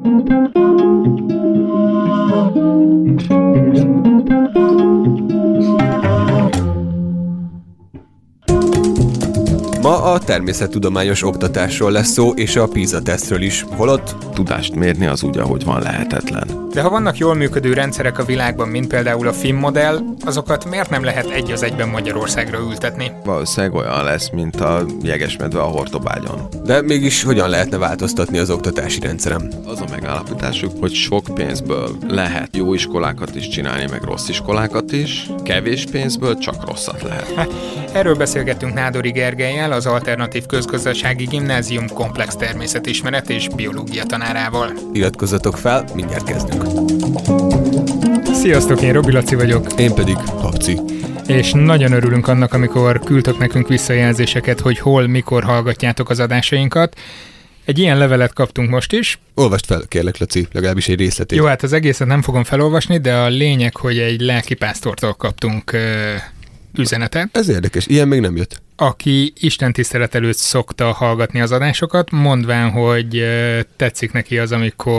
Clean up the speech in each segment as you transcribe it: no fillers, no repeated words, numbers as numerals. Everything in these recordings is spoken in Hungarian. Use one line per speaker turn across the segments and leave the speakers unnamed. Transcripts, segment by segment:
Ma a természettudományos oktatásról lesz szó, és a PISA-tesztről is, holott
tudást mérni az úgy, ahogy van, lehetetlen.
De ha vannak jól működő rendszerek a világban, mint például a FIM modell, azokat miért nem lehet egy az egyben Magyarországra ültetni?
Valószínűleg olyan lesz, mint a jegesmedve a Hortobágyon.
De mégis hogyan lehetne változtatni az oktatási rendszerem?
Az a megállapításuk, hogy sok pénzből lehet jó iskolákat is csinálni, meg rossz iskolákat is, kevés pénzből csak rosszat lehet.
Erről beszélgettünk Nádori Gergellyel, az Alternatív Közgazdasági Gimnázium komplex természetismeret és biológia tanárával.
Iratkozzatok fel, mindjárt kezdünk.
Sziasztok, én Robi Laci vagyok.
Én pedig Habci.
És nagyon örülünk annak, amikor küldtök nekünk visszajelzéseket, hogy hol, mikor hallgatjátok az adásainkat. Egy ilyen levelet kaptunk most is.
Olvasd fel, kérlek, Laci, legalábbis egy részletét.
Jó, hát az egészet nem fogom felolvasni, de a lényeg, hogy egy lelkipásztortól kaptunk üzenetet.
Ez érdekes, ilyen még nem jött.
Aki istentisztelet előtt szokta hallgatni az adásokat, mondván, hogy tetszik neki az,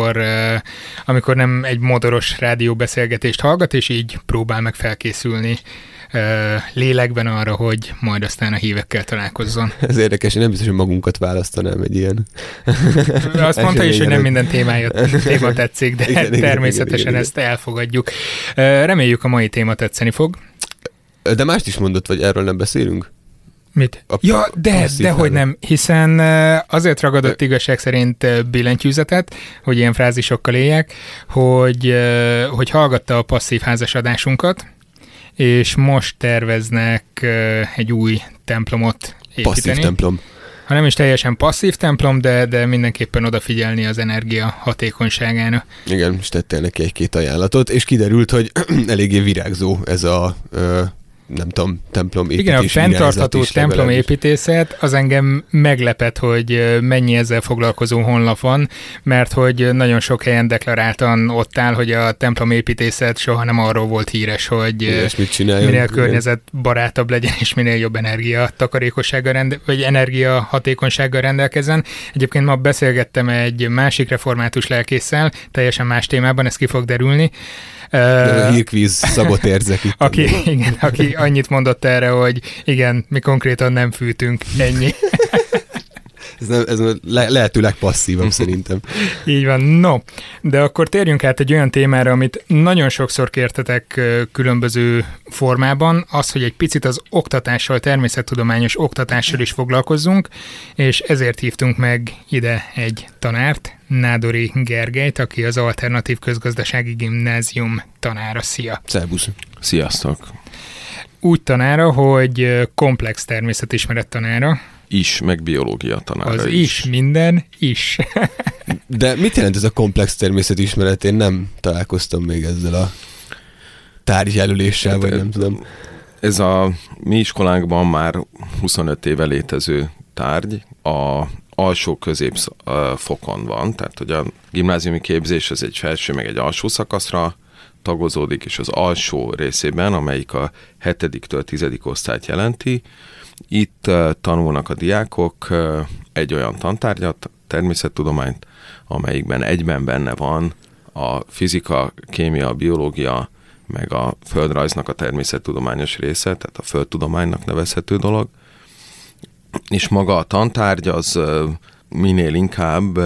amikor nem egy modoros rádióbeszélgetést hallgat, és így próbál meg felkészülni lélekben arra, hogy majd aztán a hívekkel találkozzon.
Ez érdekes, én nem biztos, hogy magunkat választanám egy ilyen.
Azt mondta is, hogy nem minden téma tetszik, de igen, természetesen igen. Ezt elfogadjuk. Reméljük, a mai téma tetszeni fog.
De mást is mondott, vagy erről nem beszélünk?
Mit? Ja, dehogy nem, hiszen azért ragadott igazság szerint billentyűzetet, hogy ilyen frázisokkal éljek, hogy hallgatta a passzív házasadásunkat, és most terveznek egy új templomot építeni.
Passzív templom.
Ha nem is teljesen passzív templom, de mindenképpen odafigyelni az energia hatékonyságára.
Igen, és tettél neki egy-két ajánlatot, és kiderült, hogy eléggé virágzó ez a nem tudom, templomépítés.
Igen, a fenntartható templomépítészet az engem meglepett, hogy mennyi ezzel foglalkozó honlap van, mert hogy nagyon sok helyen deklaráltan ott áll, hogy a templomépítészet soha nem arról volt híres, hogy minél környezetbarátabb legyen, és minél jobb energiatakarékossággal vagy energiahatékonysággal rendelkezzen. Egyébként ma beszélgettem egy másik református lelkésszel, teljesen más témában, ez ki fog derülni.
A hírkvíz szabotérzek itt.
Aki annyit mondott erre, hogy igen, mi konkrétan nem fűtünk, ennyi.
Ez lehetőleg passzívabb szerintem.
Így van. No, de akkor térjünk át egy olyan témára, amit nagyon sokszor kértetek különböző formában, az, hogy egy picit az oktatással, természettudományos oktatással is foglalkozzunk, és ezért hívtunk meg ide egy tanárt, Nádori Gergellyt, aki az Alternatív Közgazdasági Gimnázium tanára. Szia!
Szervusz!
Sziasztok!
Úgy tanára, hogy komplex természetismeret tanára.
Is, meg biológia tanára
az is. Minden is.
De mit jelent ez a komplex természetismeret? Én nem találkoztam még ezzel a tárgyjelöléssel, vagy nem tudom.
Ez a mi iskolánkban már 25 éve létező tárgy, a alsó középfokon van, tehát hogy a gimnáziumi képzés az egy felső, meg egy alsó szakaszra tagozódik, és az alsó részében, amelyik a 7-től 10. osztályt jelenti, itt tanulnak a diákok egy olyan tantárgyat, természettudományt, amelyikben egyben benne van a fizika, kémia, biológia, meg a földrajznak a természettudományos része, tehát a földtudománynak nevezhető dolog, és maga a tantárgy az minél inkább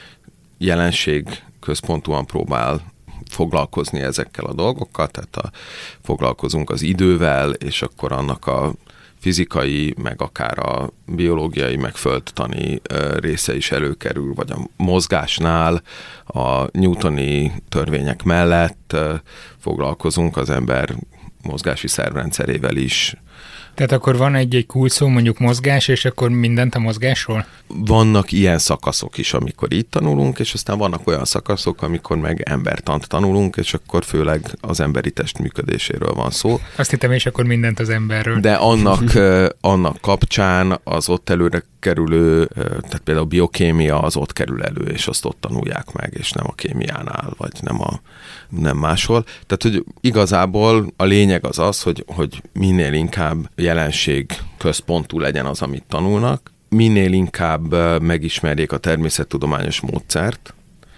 jelenségközpontúan próbál foglalkozni ezekkel a dolgokkal, tehát foglalkozunk az idővel, és akkor annak a fizikai, meg akár a biológiai, meg földtani része is előkerül, vagy a mozgásnál a newtoni törvények mellett foglalkozunk az ember mozgási szervrendszerével is.
Tehát akkor van egy kulcsszó, mondjuk mozgás, és akkor mindent a mozgásról?
Vannak ilyen szakaszok is, amikor így tanulunk, és aztán vannak olyan szakaszok, amikor meg embertant tanulunk, és akkor főleg az emberi test működéséről van szó.
Azt hittem, és akkor mindent az emberről.
De annak kapcsán az ott előre kerülő, tehát például a biokémia az ott kerül elő, és azt ott tanulják meg, és nem a kémiánál, vagy nem máshol. Tehát, hogy igazából a lényeg az, hogy minél inkább jelenség központú legyen az, amit tanulnak, minél inkább megismerjék a természettudományos módszert,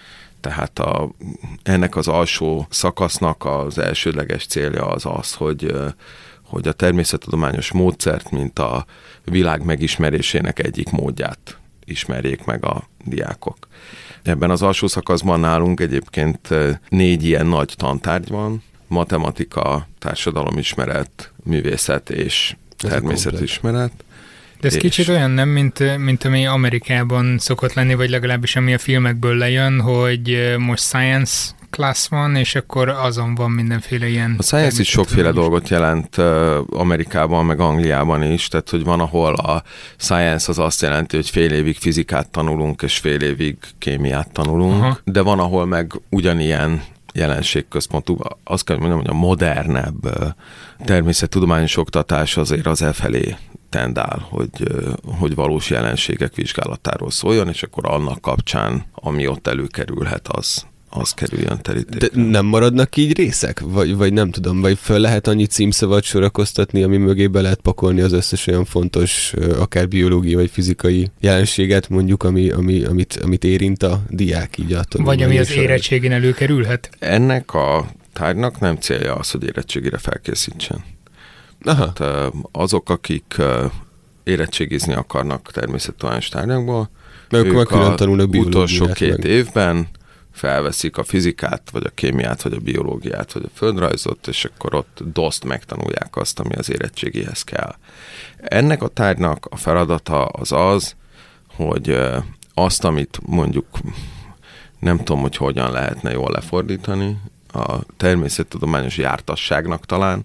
Tehát ennek az alsó szakasznak az elsődleges célja az, hogy a természettudományos módszert, mint a világ megismerésének egyik módját ismerjék meg a diákok. Ebben az alsó szakaszban nálunk egyébként 4 ilyen nagy tantárgy van: matematika, társadalomismeret, művészet és természetismeret.
De ez kicsit olyan nem, mint ami Amerikában szokott lenni, vagy legalábbis ami a filmekből lejön, hogy most science class van, és akkor azon van mindenféle ilyen...
A science is sokféle dolgot jelent Amerikában, meg Angliában is, tehát hogy van, ahol a science az azt jelenti, hogy fél évig fizikát tanulunk, és fél évig kémiát tanulunk, aha, de van, ahol meg ugyanilyen jelenségközpontú, azt kell mondjam, hogy a modernebb természettudományos oktatás azért az felé tendál, hogy valós jelenségek vizsgálatáról szóljon, és akkor annak kapcsán, ami ott előkerülhet, az kerüljön terítékre.
De nem maradnak így részek? Vagy nem tudom, vagy föl lehet annyi címszavat sorakoztatni, ami mögé be lehet pakolni az összes olyan fontos, akár biológiai vagy fizikai jelenséget, mondjuk, amit érint a diák így attól.
Vagy ami az érettségén előkerülhet?
Ennek a tárgynak nem célja az, hogy érettségére felkészítsen.
Aha.
Tehát azok, akik érettségizni akarnak természettudományos tárgyakból, ők az utolsó 2 évben felveszik a fizikát, vagy a kémiát, vagy a biológiát, vagy a földrajzot, és akkor ott DOST megtanulják azt, ami az érettségihez kell. Ennek a tárgynak a feladata az, hogy azt, amit mondjuk nem tudom, hogy hogyan lehetne jól lefordítani, a természettudományos jártasságnak talán,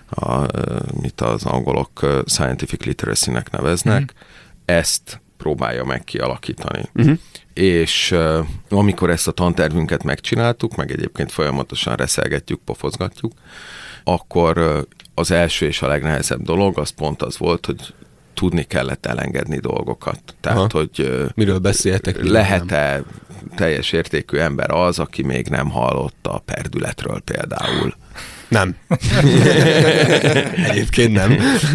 mit az angolok scientific literacy-nek neveznek, ezt próbálja meg kialakítani. És amikor ezt a tantervünket megcsináltuk, meg egyébként folyamatosan reszelgetjük, pofozgatjuk, akkor az első és a legnehezebb dolog az pont az volt, hogy tudni kellett elengedni dolgokat. Tehát, hogy
miről beszéltek?
Lehet-e teljes értékű ember az, aki még nem hallott a perdületről például?
Nem. Egyébként nem.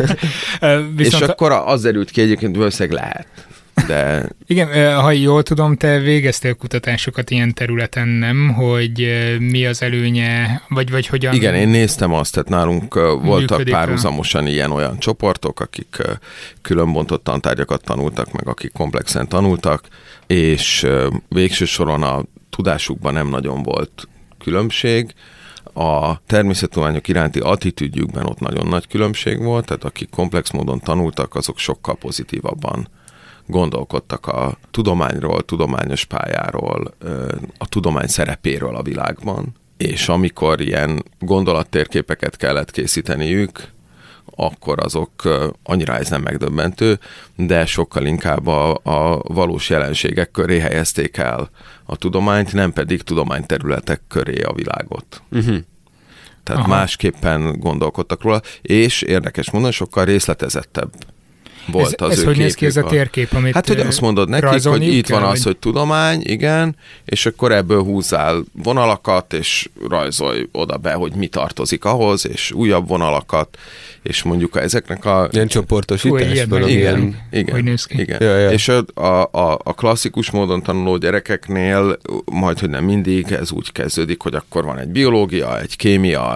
És akkor az derült ki, egyébként valószínűleg lehet. De...
Igen, ha jól tudom, te végeztél kutatásokat ilyen területen, nem? Hogy mi az előnye, vagy hogyan...
Igen, én néztem azt, tehát nálunk voltak párhuzamosan ilyen-olyan csoportok, akik különbontott tantárgyakat tanultak, meg akik komplexen tanultak, és végső soron a tudásukban nem nagyon volt különbség. A természettudományok iránti attitűdjükben ott nagyon nagy különbség volt, tehát akik komplex módon tanultak, azok sokkal pozitívabban gondolkodtak a tudományról, tudományos pályáról, a tudomány szerepéről a világban, és amikor ilyen gondolattérképeket kellett készíteniük, akkor azok, annyira ez nem megdöbbentő, de sokkal inkább a valós jelenségek köré helyezték el a tudományt, nem pedig tudományterületek köré a világot. Tehát másképpen gondolkodtak róla, és érdekes mondani, sokkal részletezettebb volt az ő
képük. Ez hogy néz ki ez a térkép, amit
hát, hogy azt mondod nekik, hogy itt van az, hogy tudomány, igen, és akkor ebből húzzál vonalakat, és rajzolj oda be, hogy mi tartozik ahhoz, és újabb vonalakat, és mondjuk ezeknek a...
Ilyen csoportosításban.
Igen.
Hogy néz ki.
Igen. Ja. És a klasszikus módon tanuló gyerekeknél, majd, hogy nem mindig, ez úgy kezdődik, hogy akkor van egy biológia, egy kémia,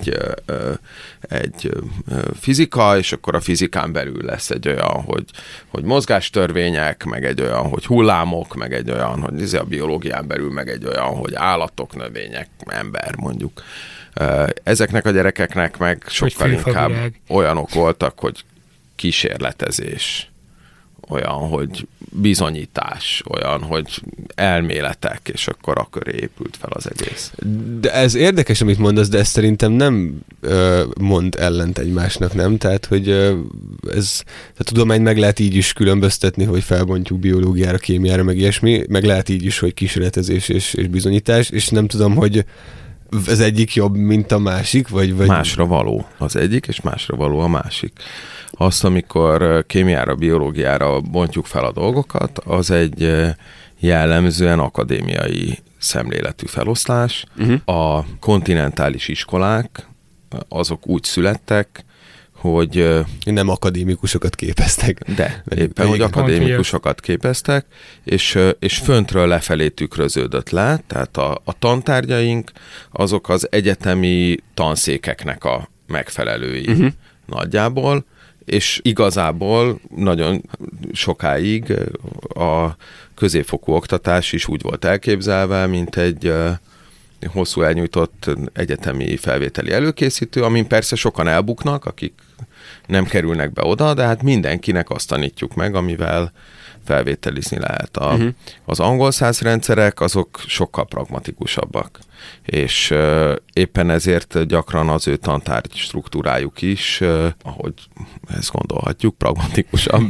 egy fizika, és akkor a fizikán belül lesz egy olyan, hogy mozgástörvények, meg egy olyan, hogy hullámok, meg egy olyan, hogy a biológián belül, meg egy olyan, hogy állatok, növények, ember mondjuk. Ezeknek a gyerekeknek meg sokkal inkább olyanok voltak, hogy kísérletezés, olyan, hogy bizonyítás, olyan, hogy elméletek, és akkor a köré épült fel az egész.
De ez érdekes, amit mondasz, de ez szerintem nem mond ellent egymásnak, nem? Tehát, hogy a tudományt meg lehet így is különböztetni, hogy felbontjuk biológiára, kémiára, meg ilyesmi, meg lehet így is, hogy kísérletezés és bizonyítás, és nem tudom, hogy az egyik jobb, mint a másik, vagy...
Másra való az egyik, és másra való a másik. Azt, amikor kémiára, biológiára bontjuk fel a dolgokat, az egy jellemzően akadémiai szemléletű feloszlás. A kontinentális iskolák, azok úgy születtek, hogy
nem akadémikusokat képeztek.
De éppen, hogy akadémikusokat képeztek, és föntről lefelé tükröződött le, tehát a tantárgyaink azok az egyetemi tanszékeknek a megfelelői nagyjából, és igazából nagyon sokáig a középfokú oktatás is úgy volt elképzelve, mint egy hosszú elnyújtott egyetemi felvételi előkészítő, amin persze sokan elbuknak, akik nem kerülnek be oda, de hát mindenkinek azt tanítjuk meg, amivel felvételizni lehet. Az angol száz rendszerek azok sokkal pragmatikusabbak, és éppen ezért gyakran az ő tantárgy struktúrájuk is, ahogy ezt gondolhatjuk, pragmatikusabb,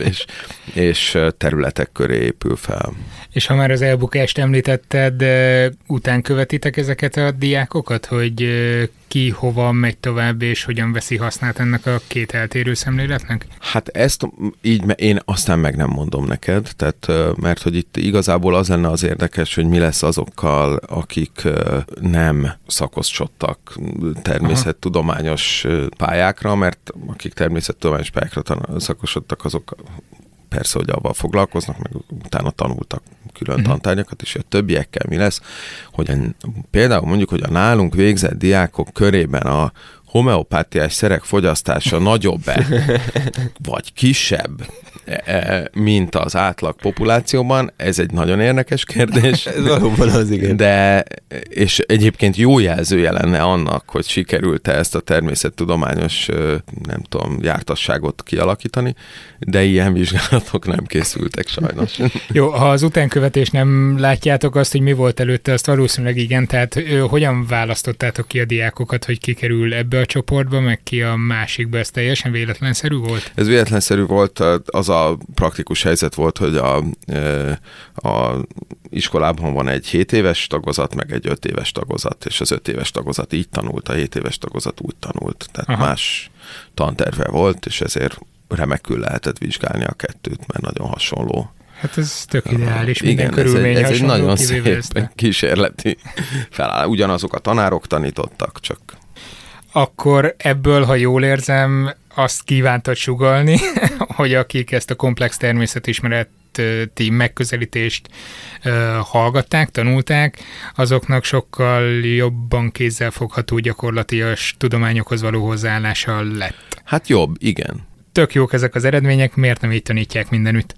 és területek köré épül fel.
És ha már az elbukást említetted, után követitek ezeket a diákokat, hogy ki hova megy tovább, és hogyan veszi hasznát ennek a két eltérő szemléletnek?
Hát ezt így én aztán meg nem mondom neked, tehát, mert hogy itt igazából az lenne az érdekes, hogy mi lesz azokkal, akik nem szakosodtak természettudományos pályákra, mert akik természettudományos pályákra szakosodtak, azok persze, hogy avval foglalkoznak, meg utána tanultak külön tantárgyakat, és a többiekkel mi lesz, hogy például mondjuk, hogy a nálunk végzett diákok körében a homeopátiás szerek fogyasztása nagyobb-e, vagy kisebb, mint az átlag populációban, ez egy nagyon érdekes kérdés.
Ez valóban az, igen.
És egyébként jó jelzője lenne annak, hogy sikerült-e ezt a természettudományos, nem tudom, jártasságot kialakítani, de ilyen vizsgálatok nem készültek sajnos.
Jó, ha az utánkövetést nem látjátok azt, hogy mi volt előtte, azt valószínűleg igen, tehát hogyan választottátok ki a diákokat, hogy ki kerül ebbe a csoportba, meg ki a másikba, ez teljesen véletlenszerű volt?
Ez véletlenszerű volt, az a praktikus helyzet volt, hogy a iskolában van egy 7 éves tagozat, meg egy 5 éves tagozat, és az 5 éves tagozat így tanult, a 7 éves tagozat úgy tanult. Tehát más tanterve volt, és ezért remekül lehetett vizsgálni a kettőt, mert nagyon hasonló.
Hát ez tök ideális, minden körülmény
ez egy nagyon szép kísérleti felállás. Ugyanazok a tanárok tanítottak, csak...
Akkor ebből, ha jól érzem, azt kívántad sugallni, hogy akik ezt a komplex természetismereti megközelítést hallgatták, tanulták, azoknak sokkal jobban kézzelfogható gyakorlatias tudományokhoz való hozzáállása lett.
Hát jobb, igen.
Tök jók ezek az eredmények, miért nem így tanítják mindenütt?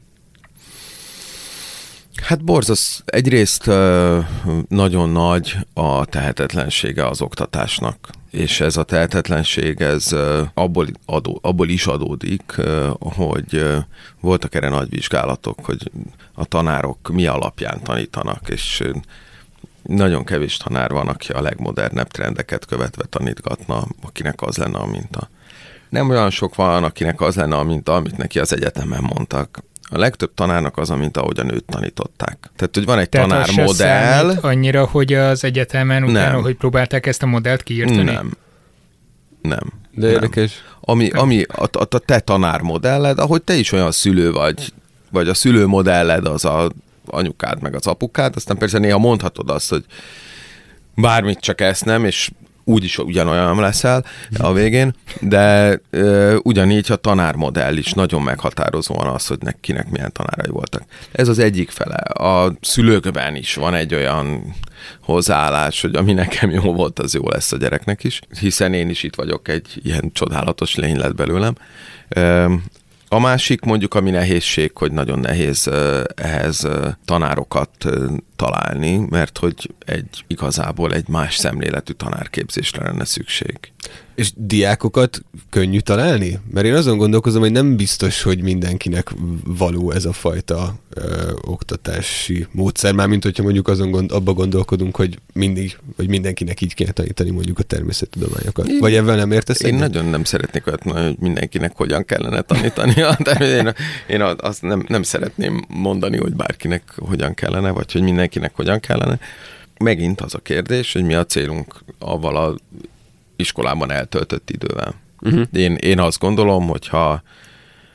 Hát egyrészt nagyon nagy a tehetetlensége az oktatásnak, és ez a tehetetlenség, ez abból is adódik, hogy voltak erre nagy vizsgálatok, hogy a tanárok mi alapján tanítanak, és nagyon kevés tanár van, aki a legmodernebb trendeket követve tanítgatna, akinek az lenne a minta. Nem olyan sok van, akinek az lenne a minta, amit neki az egyetemen mondtak. A legtöbb tanárnak az, mint ahogyan őt tanították. Tehát, hogy van egy tanármodell.
Annyira, hogy az egyetemen utána, hogy próbálták ezt a modellt kiírtani?
Nem.
De érdekes.
Ami a te tanármodelled, ahogy te is olyan szülő vagy a szülőmodelled az a anyukád meg az apukád, aztán persze néha mondhatod azt, hogy bármit csak ezt nem, és úgyis ugyanolyan leszel a végén, de ugyanígy a tanármodell is nagyon meghatározóan az, hogy kinek milyen tanárai voltak. Ez az egyik fele. A szülőkben is van egy olyan hozzáállás, hogy ami nekem jó volt, az jó lesz a gyereknek is, hiszen én is itt vagyok, egy ilyen csodálatos lény lett belőlem. A másik mondjuk, ami nehézség, hogy nagyon nehéz ehhez tanárokat találni, mert hogy igazából egy más szemléletű tanárképzésre lenne szükség.
És diákokat könnyű találni? Mert én azon gondolkozom, hogy nem biztos, hogy mindenkinek való ez a fajta oktatási módszer, mármint hogyha mondjuk abba gondolkodunk, hogy mindenkinek így kéne tanítani mondjuk a természettudományokat. Vagy ebben nem értesz?
Én nagyon nem szeretnék olyat mondani, hogy mindenkinek hogyan kellene tanítani. Én azt nem szeretném mondani, hogy bárkinek hogyan kellene, vagy hogy mindenkinek hogyan kellene. Megint az a kérdés, hogy mi a célunk avval a iskolában eltöltött idővel. Én azt gondolom, hogy ha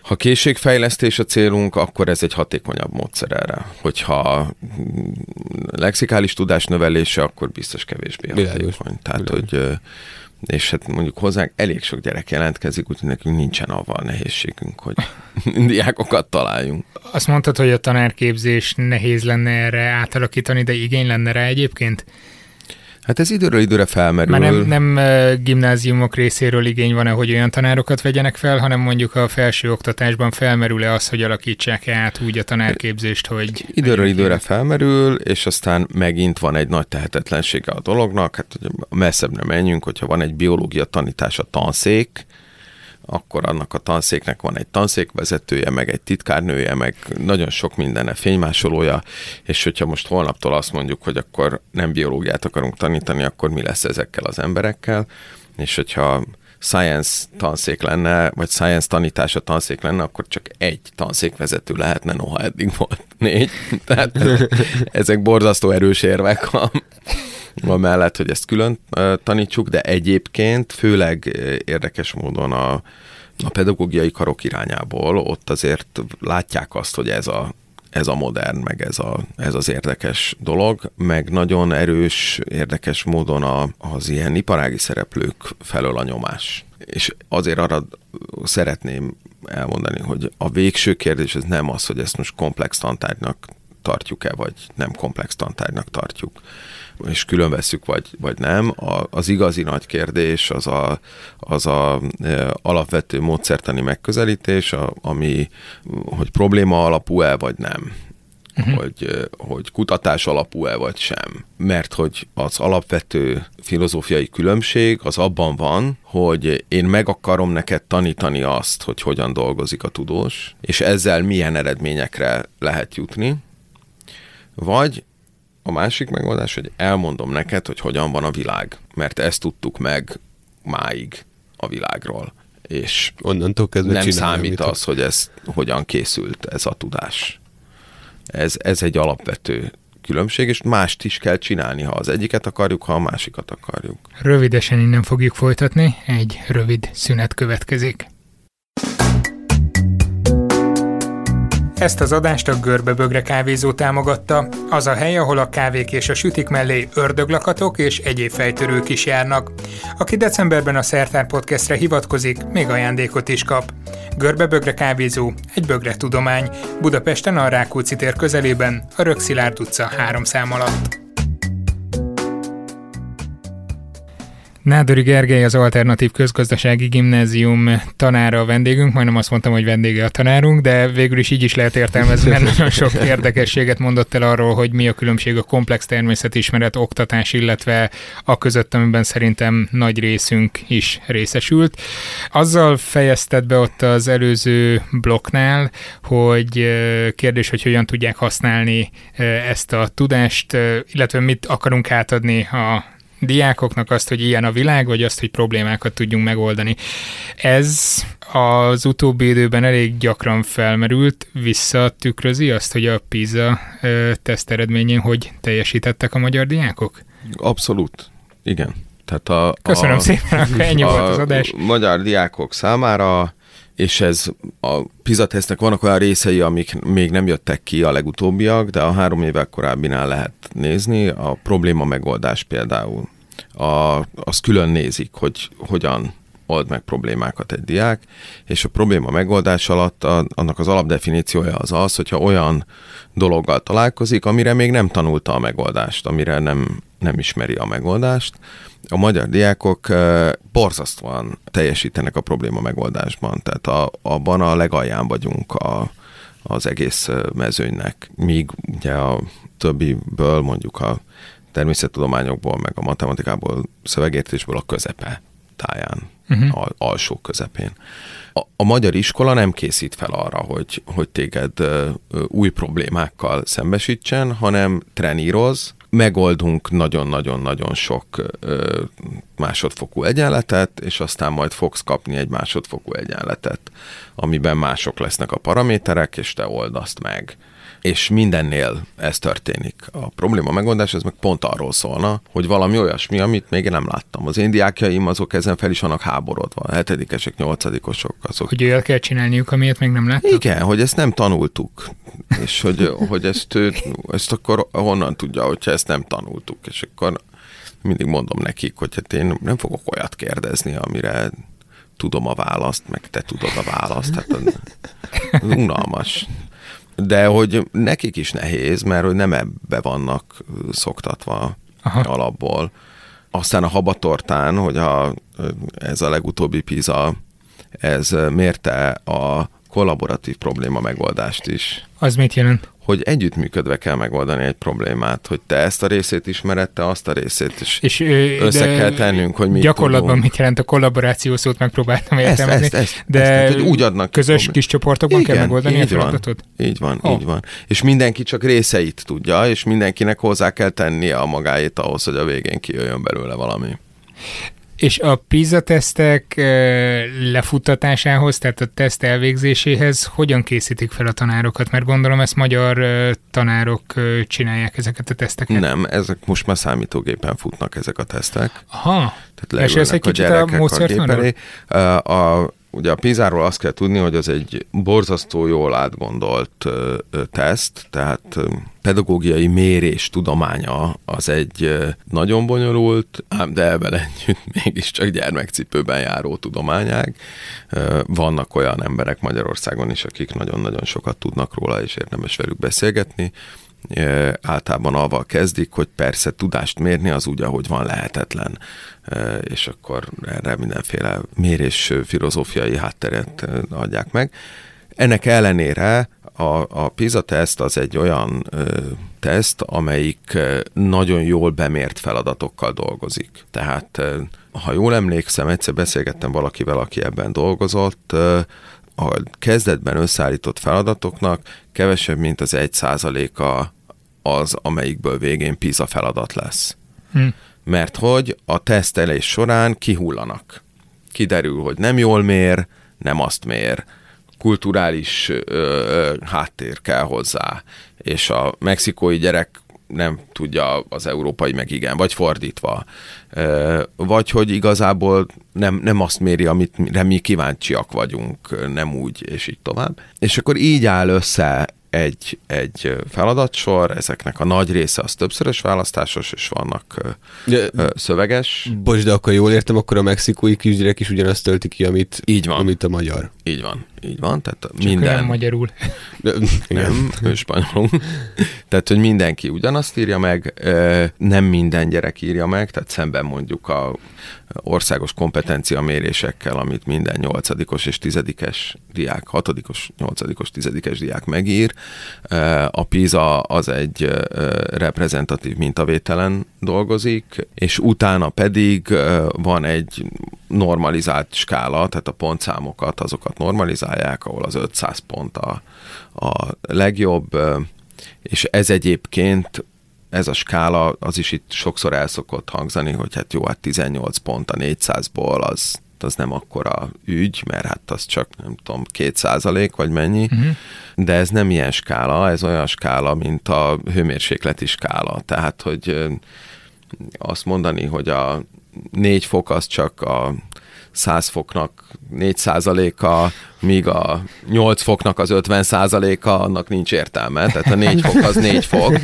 Ha készségfejlesztés a célunk, akkor ez egy hatékonyabb módszer erre. Hogyha lexikális tudás növelése, akkor biztos kevésbé hatékony. Tehát, hogy és hát mondjuk hozzánk elég sok gyerek jelentkezik, úgyhogy nekünk nincsen avval nehézségünk, hogy diákokat találjunk.
Azt mondtad, hogy a tanárképzés nehéz lenne erre átalakítani, de igény lenne rá egyébként?
Hát ez időről időre felmerül.
Már nem gimnáziumok részéről igény van-e, hogy olyan tanárokat vegyenek fel, hanem mondjuk a felső oktatásban felmerül-e az, hogy alakítsák át úgy a tanárképzést, hogy...
Időről időre felmerül, és aztán megint van egy nagy tehetetlensége a dolognak. Hát messzebbre menjünk, hogyha van egy biológia tanítás a tanszék, akkor annak a tanszéknek van egy tanszékvezetője, meg egy titkárnője, meg nagyon sok mindenne fénymásolója, és hogyha most holnaptól azt mondjuk, hogy akkor nem biológiát akarunk tanítani, akkor mi lesz ezekkel az emberekkel, és hogyha science tanszék lenne, vagy science tanítása tanszék lenne, akkor csak egy tanszékvezető lehetne, noha eddig volt 4. Tehát ezek borzasztó erős érvek mellett, hogy ezt külön tanítsuk, de egyébként főleg érdekes módon a pedagógiai karok irányából ott azért látják azt, hogy ez a modern, meg ez az érdekes dolog, meg nagyon erős, érdekes módon az ilyen iparági szereplők felől a nyomás. És azért arra szeretném elmondani, hogy a végső kérdés ez nem az, hogy ezt most komplex tantárgynak tartjuk-e, vagy nem komplex tantárgynak tartjuk, és külön vesszük, vagy nem. Az igazi nagy kérdés az a alapvető módszertani megközelítés, ami, hogy probléma alapú-e, vagy nem. Hogy kutatás alapú-e, vagy sem. Mert hogy az alapvető filozófiai különbség az abban van, hogy én meg akarom neked tanítani azt, hogy hogyan dolgozik a tudós, és ezzel milyen eredményekre lehet jutni, vagy a másik megoldás, hogy elmondom neked, hogy hogyan van a világ, mert ezt tudtuk meg máig a világról. És
onnantól kezdve
nem számít az, hogy ez hogyan készült ez a tudás. Ez egy alapvető különbség, és mást is kell csinálni, ha az egyiket akarjuk, ha a másikat akarjuk.
Rövidesen innen fogjuk folytatni, egy rövid szünet következik. Ezt az adást a Görbe-Bögre kávézó támogatta, az a hely, ahol a kávék és a sütik mellé ördöglakatok és egyéb fejtörők is járnak. Aki decemberben a Szertár Podcastre hivatkozik, még ajándékot is kap. Görbe-Bögre kávézó, egy bögre tudomány, Budapesten a Rákóczi tér közelében, a Rökszilárd utca 3 szám alatt. Nádori Gergely, az Alternatív Közgazdasági Gimnázium tanára a vendégünk, majdnem azt mondtam, hogy vendége a tanárunk, de végül is így is lehet értelmezni, mert nagyon sok érdekességet mondott el arról, hogy mi a különbség a komplex természetismeret oktatás, illetve a között, amiben szerintem nagy részünk is részesült. Azzal fejezted be ott az előző blokknál, hogy kérdés, hogy hogyan tudják használni ezt a tudást, illetve mit akarunk átadni a diákoknak, azt, hogy ilyen a világ, vagy azt, hogy problémákat tudjunk megoldani. Ez az utóbbi időben elég gyakran felmerült, visszatükrözi azt, hogy a PISA teszt eredményén hogy teljesítettek a magyar diákok?
Abszolút, igen. Tehát
köszönöm szépen, ennyi volt az adás.
A magyar diákok számára, és ez a PISA tesztnek vannak olyan részei, amik még nem jöttek ki, a legutóbbiak, de a 3 évvel korábbinál lehet nézni. A probléma megoldás például. Azt külön nézik, hogy hogyan old meg problémákat egy diák, és a probléma megoldás alatt annak az alapdefiníciója az, hogyha olyan dologgal találkozik, amire még nem tanulta a megoldást, amire nem ismeri a megoldást. A magyar diákok borzasztóan teljesítenek a probléma megoldásban, tehát abban a legalján vagyunk az egész mezőnynek, míg ugye a többiből, mondjuk a természettudományokból, meg a matematikából, szövegértésből a közepe táján, alsó közepén. A magyar iskola nem készít fel arra, hogy téged új problémákkal szembesítsen, hanem treníroz, megoldunk nagyon-nagyon-nagyon sok másodfokú egyenletet, és aztán majd fogsz kapni egy másodfokú egyenletet, amiben mások lesznek a paraméterek, és te old azt meg. és mindennél ez történik. A probléma megoldás, ez meg pont arról szólna, hogy valami olyasmi, amit még én nem láttam. Az én diákjaim azok ezen fel is vannak háborodva, 7-esek, 8-osok. Azok.
Hogy olyat kell csinálniuk, amilyet még nem láttak?
Igen, hogy ezt nem tanultuk. És hogy ezt akkor honnan tudja, hogyha ezt nem tanultuk. És akkor mindig mondom nekik, hogy hát én nem fogok olyat kérdezni, amire tudom a választ, meg te tudod a választ. Hát az unalmas. De hogy nekik is nehéz, mert hogy nem ebbe vannak szoktatva alapból. Aztán a habatortán, hogy ez a legutóbbi PISA, ez mérte a kollaboratív probléma megoldást is.
Az mit jelent?
Hogy együttműködve kell megoldani egy problémát, hogy te ezt a részét ismered, te azt a részét is. És össze kell tennünk, hogy mit
gyakorlatban
tudunk.
Mit jelent a kollaboráció szót, megpróbáltam értelmezni.
De hogy úgy adnak
közös kis csoportokban igen, kell megoldani a feladatot?
Így van. És mindenki csak részeit tudja, és mindenkinek hozzá kell tennie a magáét ahhoz, hogy a végén kijöjjön belőle valami.
És a PISA-tesztek lefuttatásához, tehát a teszt elvégzéséhez hogyan készítik fel a tanárokat? Mert gondolom ezt magyar tanárok csinálják ezeket a teszteket.
Nem, ezek most már számítógépen futnak ezek a tesztek.
Aha.
Tehát leülnek a gyerekek a gép elé. Ugye a PISA-ról azt kell tudni, hogy az egy borzasztó jól átgondolt teszt, tehát pedagógiai mérés tudománya az egy nagyon bonyolult, ám de ebben együtt mégiscsak gyermekcipőben járó tudományág. Vannak olyan emberek Magyarországon is, akik nagyon-nagyon sokat tudnak róla, és érdemes velük beszélgetni. Általában avval kezdik, hogy persze tudást mérni az úgy, ahogy van, lehetetlen, és akkor erre mindenféle mérés filozófiai hátteret adják meg. Ennek ellenére a PISA-teszt az egy olyan teszt, amelyik nagyon jól bemért feladatokkal dolgozik. Tehát, ha jól emlékszem, egyszer beszélgettem valakivel, aki ebben dolgozott, a kezdetben összeállított feladatoknak kevesebb, mint az 1%-a az, amelyikből végén PISA feladat lesz. Mert hogy a tesztelés során kihullanak. Kiderül, hogy nem jól mér, nem azt mér, kulturális háttér kell hozzá, és a mexikói gyerek nem tudja, az európai meg igen, vagy fordítva. Vagy hogy igazából nem azt méri, amire mi kíváncsiak vagyunk, nem úgy, és így tovább. És akkor így áll össze egy feladatsor, ezeknek a nagy része az többszörös választásos, és vannak szöveges.
Bocs, de akkor jól értem, akkor a mexikói kisgyerek is ugyanazt tölti ki, amit a magyar.
Így van, tehát
csak
minden.
Nem magyarul.
Nem, spanyolul. Tehát, hogy mindenki ugyanazt írja meg, nem minden gyerek írja meg, tehát szemben mondjuk a országos kompetenciamérésekkel, amit minden 8-os és 10-es diák, 6-os, 8-os, 10-es diák megír. A PISA az egy reprezentatív mintavételen dolgozik, és utána pedig van egy normalizált skála, tehát a pontszámokat, azokat normalizálják, ahol az 500 pont a legjobb, és ez egyébként, ez a skála, az is itt sokszor el szokott hangzani, hogy hát jó, hát 18 pont a 400-ból, az nem akkora ügy, mert hát az csak, nem tudom, 2% vagy mennyi, de ez nem ilyen skála, ez olyan skála, mint a hőmérsékleti skála. Tehát, hogy azt mondani, hogy a 4 fok az csak a 100 foknak 4%-a, míg a 8 foknak az 50%-a, annak nincs értelme. Tehát a 4 fok az 4 fok.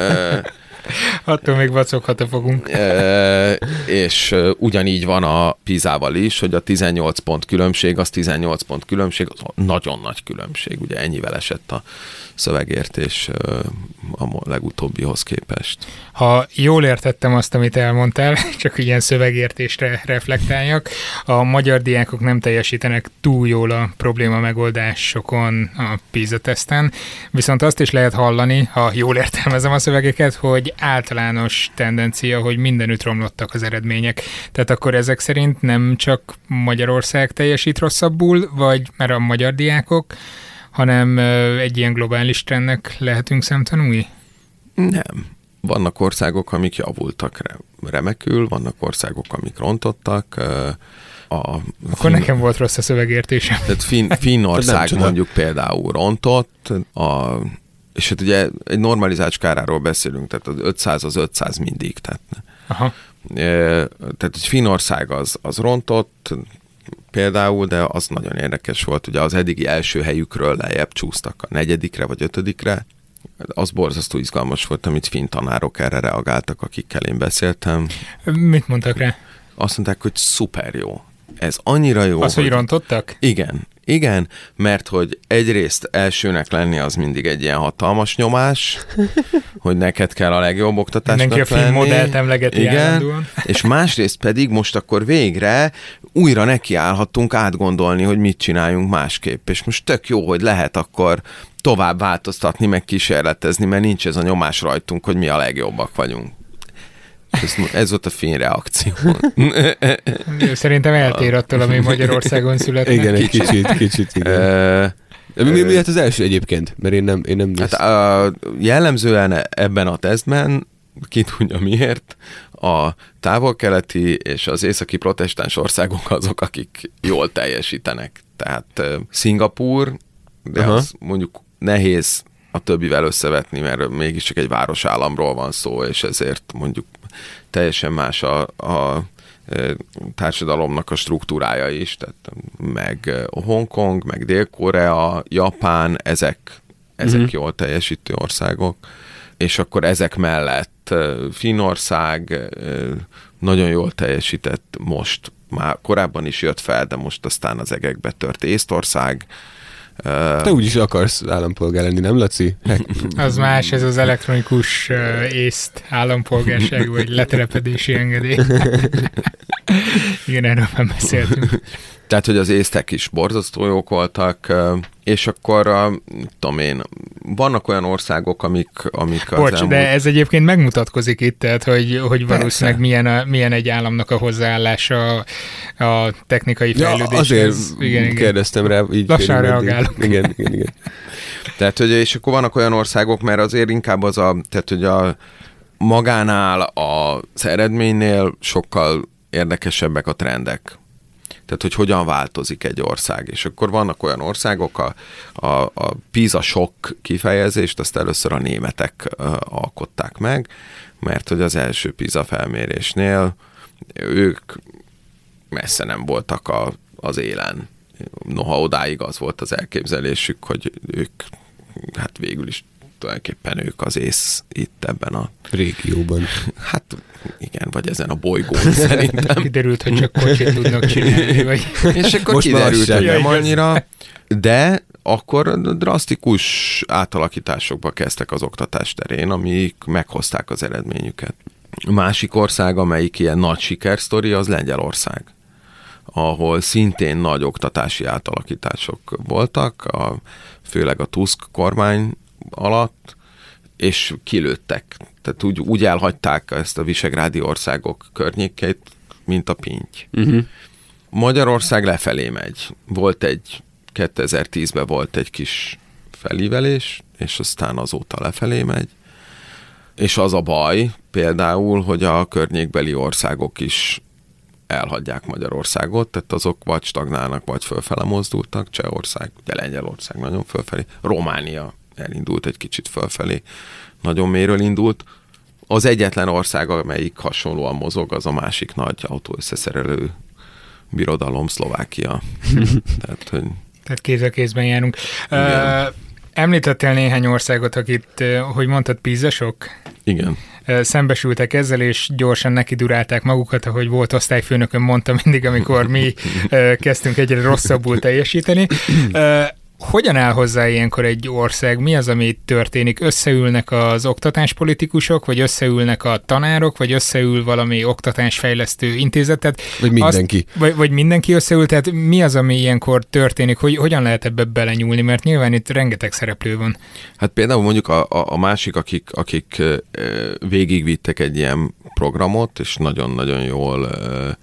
Attól még vacoghat a fogunk.
És ugyanígy van a PISA-val is, hogy a 18 pont különbség, az 18 pont különbség, az nagyon nagy különbség. Ugye ennyivel esett a szövegértés a legutóbbihoz képest.
Ha jól értettem azt, amit elmondtál, csak ilyen szövegértésre reflektáljak, a magyar diákok nem teljesítenek túl jól a probléma megoldásokon a PISA-teszten, viszont azt is lehet hallani, ha jól értelmezem a szövegeket, hogy általános tendencia, hogy mindenütt romlottak az eredmények. Tehát akkor ezek szerint nem csak Magyarország teljesít rosszabbul, vagy mert a magyar diákok, hanem egy ilyen globális trendnek lehetünk szemtanúi?
Nem. Vannak országok, amik javultak remekül, vannak országok, amik rontottak.
Akkor nekem volt rossz a szövegértésem.
Tehát Finnország mondjuk például rontott, a és hát ugye egy normalizált skáláról beszélünk, tehát az 500 az 500 mindig. Tehát,
aha.
Tehát hogy Finnország az rontott például, de az nagyon érdekes volt, ugye az eddigi első helyükről lejjebb csúsztak a 4. vagy 5. Az borzasztó izgalmas volt, amit finn tanárok erre reagáltak, akikkel én beszéltem.
Mit mondtak rá?
Azt mondták, hogy szuper jó. Ez annyira jó.
Az, hogy rontottak?
Igen, mert hogy egyrészt elsőnek lenni az mindig egy ilyen hatalmas nyomás, hogy neked kell a legjobb oktatásnak lenni.
Mindenki a finn modellt emlegeti állandóan.
És másrészt pedig most akkor végre újra nekiállhattunk átgondolni, hogy mit csináljunk másképp. És most tök jó, hogy lehet akkor tovább változtatni, meg kísérletezni, mert nincs ez a nyomás rajtunk, hogy mi a legjobbak vagyunk. Ez volt a finn reakció.
Szerintem eltér attól, ami Magyarországon születnek.
Igen, egy kicsit igen. Mi lett az első egyébként? Mert én nem
hát, jellemzően ebben a tesztben, ki tudja miért, a távol-keleti és az északi protestáns országok azok, akik jól teljesítenek. Tehát Szingapúr, de az mondjuk nehéz a többivel összevetni, mert mégiscsak egy városállamról van szó, és ezért mondjuk teljesen más a társadalomnak a struktúrája is, tehát meg Hongkong, meg Dél-Korea, Japán, ezek jól teljesítő országok, és akkor ezek mellett Finnország nagyon jól teljesített most, már korábban is jött fel, de most aztán az egekbe tört Észtország.
Te úgyis akarsz állampolgár lenni, nem, Laci?
Az más, ez az elektronikus észt állampolgárság, vagy letelepedési engedély. Igen, erről már beszéltünk.
Tehát, hogy az észtek is borzasztó jók voltak, és akkor, tudom én, vannak olyan országok, amik
Bocs, de ez egyébként megmutatkozik itt, tehát, hogy valószínűleg milyen egy államnak a hozzáállása a technikai fejlődéshez.
Ja, azért kérdeztem rá. Így
lassan reagálok.
Igen.
Tehát, hogy és akkor vannak olyan országok, mert azért inkább tehát, hogy a magánál az eredménynél sokkal érdekesebbek a trendek. Tehát, hogy hogyan változik egy ország. És akkor vannak olyan országok, a PISA sok kifejezést, azt először a németek alkották meg, mert hogy az első PISA felmérésnél ők messze nem voltak az élen. Noha odáig az volt az elképzelésük, hogy ők, hát végül is tulajdonképpen ők az ész itt ebben a
régióban.
Hát igen, vagy ezen a bolygón szerintem.
Kiderült, hogy csak kocsit tudnak csinálni. Vagy...
És akkor most kiderült, hogy nem annyira, de akkor drasztikus átalakításokba kezdtek az oktatás terén, amik meghozták az eredményüket. A másik ország, amelyik ilyen nagy sikersztori, az Lengyelország, ahol szintén nagy oktatási átalakítások voltak, főleg a Tusk kormány alatt, és kilőttek. Tehát úgy elhagyták ezt a visegrádi országok környékét, mint a pinty. Magyarország lefelé megy. 2010-ben volt egy kis felívelés, és aztán azóta lefelé megy. És az a baj például, hogy a környékbeli országok is elhagyják Magyarországot, tehát azok vagy stagnálnak, vagy fölfele mozdultak. Csehország, ugye Lengyelország nagyon fölfelé. Románia elindult egy kicsit fölfelé. Nagyon mélyről indult. Az egyetlen ország, amelyik hasonlóan mozog, az a másik nagy autóösszeszerelő birodalom, Szlovákia. Tehát
kéz a kézben járunk. Említettél néhány országot, akit, hogy mondtad, PISA-sok?
Igen.
Szembesültek ezzel, és gyorsan nekidurálták magukat, ahogy volt osztályfőnököm mondta mindig, amikor mi kezdtünk egyre rosszabbul teljesíteni. Hogyan áll hozzá ilyenkor egy ország? Mi az, ami történik? Összeülnek az oktatáspolitikusok, vagy összeülnek a tanárok, vagy összeül valami oktatásfejlesztő intézetet?
Vagy mindenki.
Vagy mindenki összeül, tehát mi az, ami ilyenkor történik? Hogyan lehet ebbe belenyúlni? Mert nyilván itt rengeteg szereplő van.
Hát például mondjuk a másik, akik végigvittek egy ilyen programot, és nagyon-nagyon jól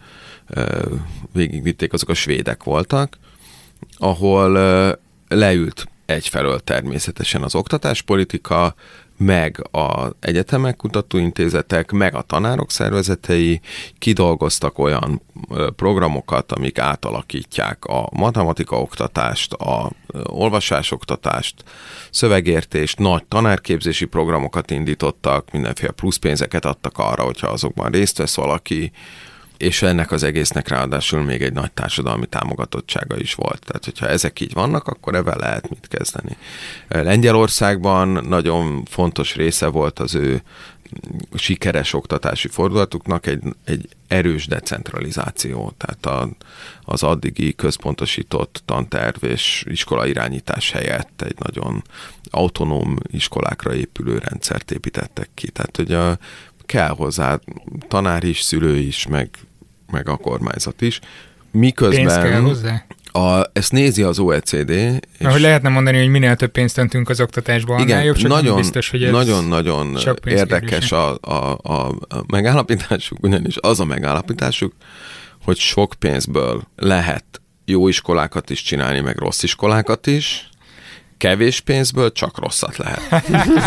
végigvitték, azok a svédek voltak, ahol leült egyfelől természetesen az oktatáspolitika, meg az egyetemek, kutatóintézetek, meg a tanárok szervezetei kidolgoztak olyan programokat, amik átalakítják a matematika oktatást, a olvasásoktatást, szövegértést, nagy tanárképzési programokat indítottak, mindenféle pluszpénzeket adtak arra, hogyha azokban részt vesz valaki, és ennek az egésznek ráadásul még egy nagy társadalmi támogatottsága is volt. Tehát, hogyha ezek így vannak, akkor ebben lehet mit kezdeni. Lengyelországban nagyon fontos része volt az ő sikeres oktatási fordulatuknak egy erős decentralizáció. Tehát az addigi központosított tanterv és iskolairányítás helyett egy nagyon autonóm iskolákra épülő rendszert építettek ki. Tehát, hogy kell hozzá tanár is, szülő is, meg a kormányzat is. Miközben
pénz kell hozzá?
Ezt nézi az OECD.
Hogy lehetne mondani, hogy minél több pénzt öntünk az oktatásba, annál jobb, csak nagyon, biztos, hogy ez
nagyon érdekes a megállapításuk, ugyanis az a megállapításuk, hogy sok pénzből lehet jó iskolákat is csinálni, meg rossz iskolákat is, kevés pénzből csak rosszat lehet.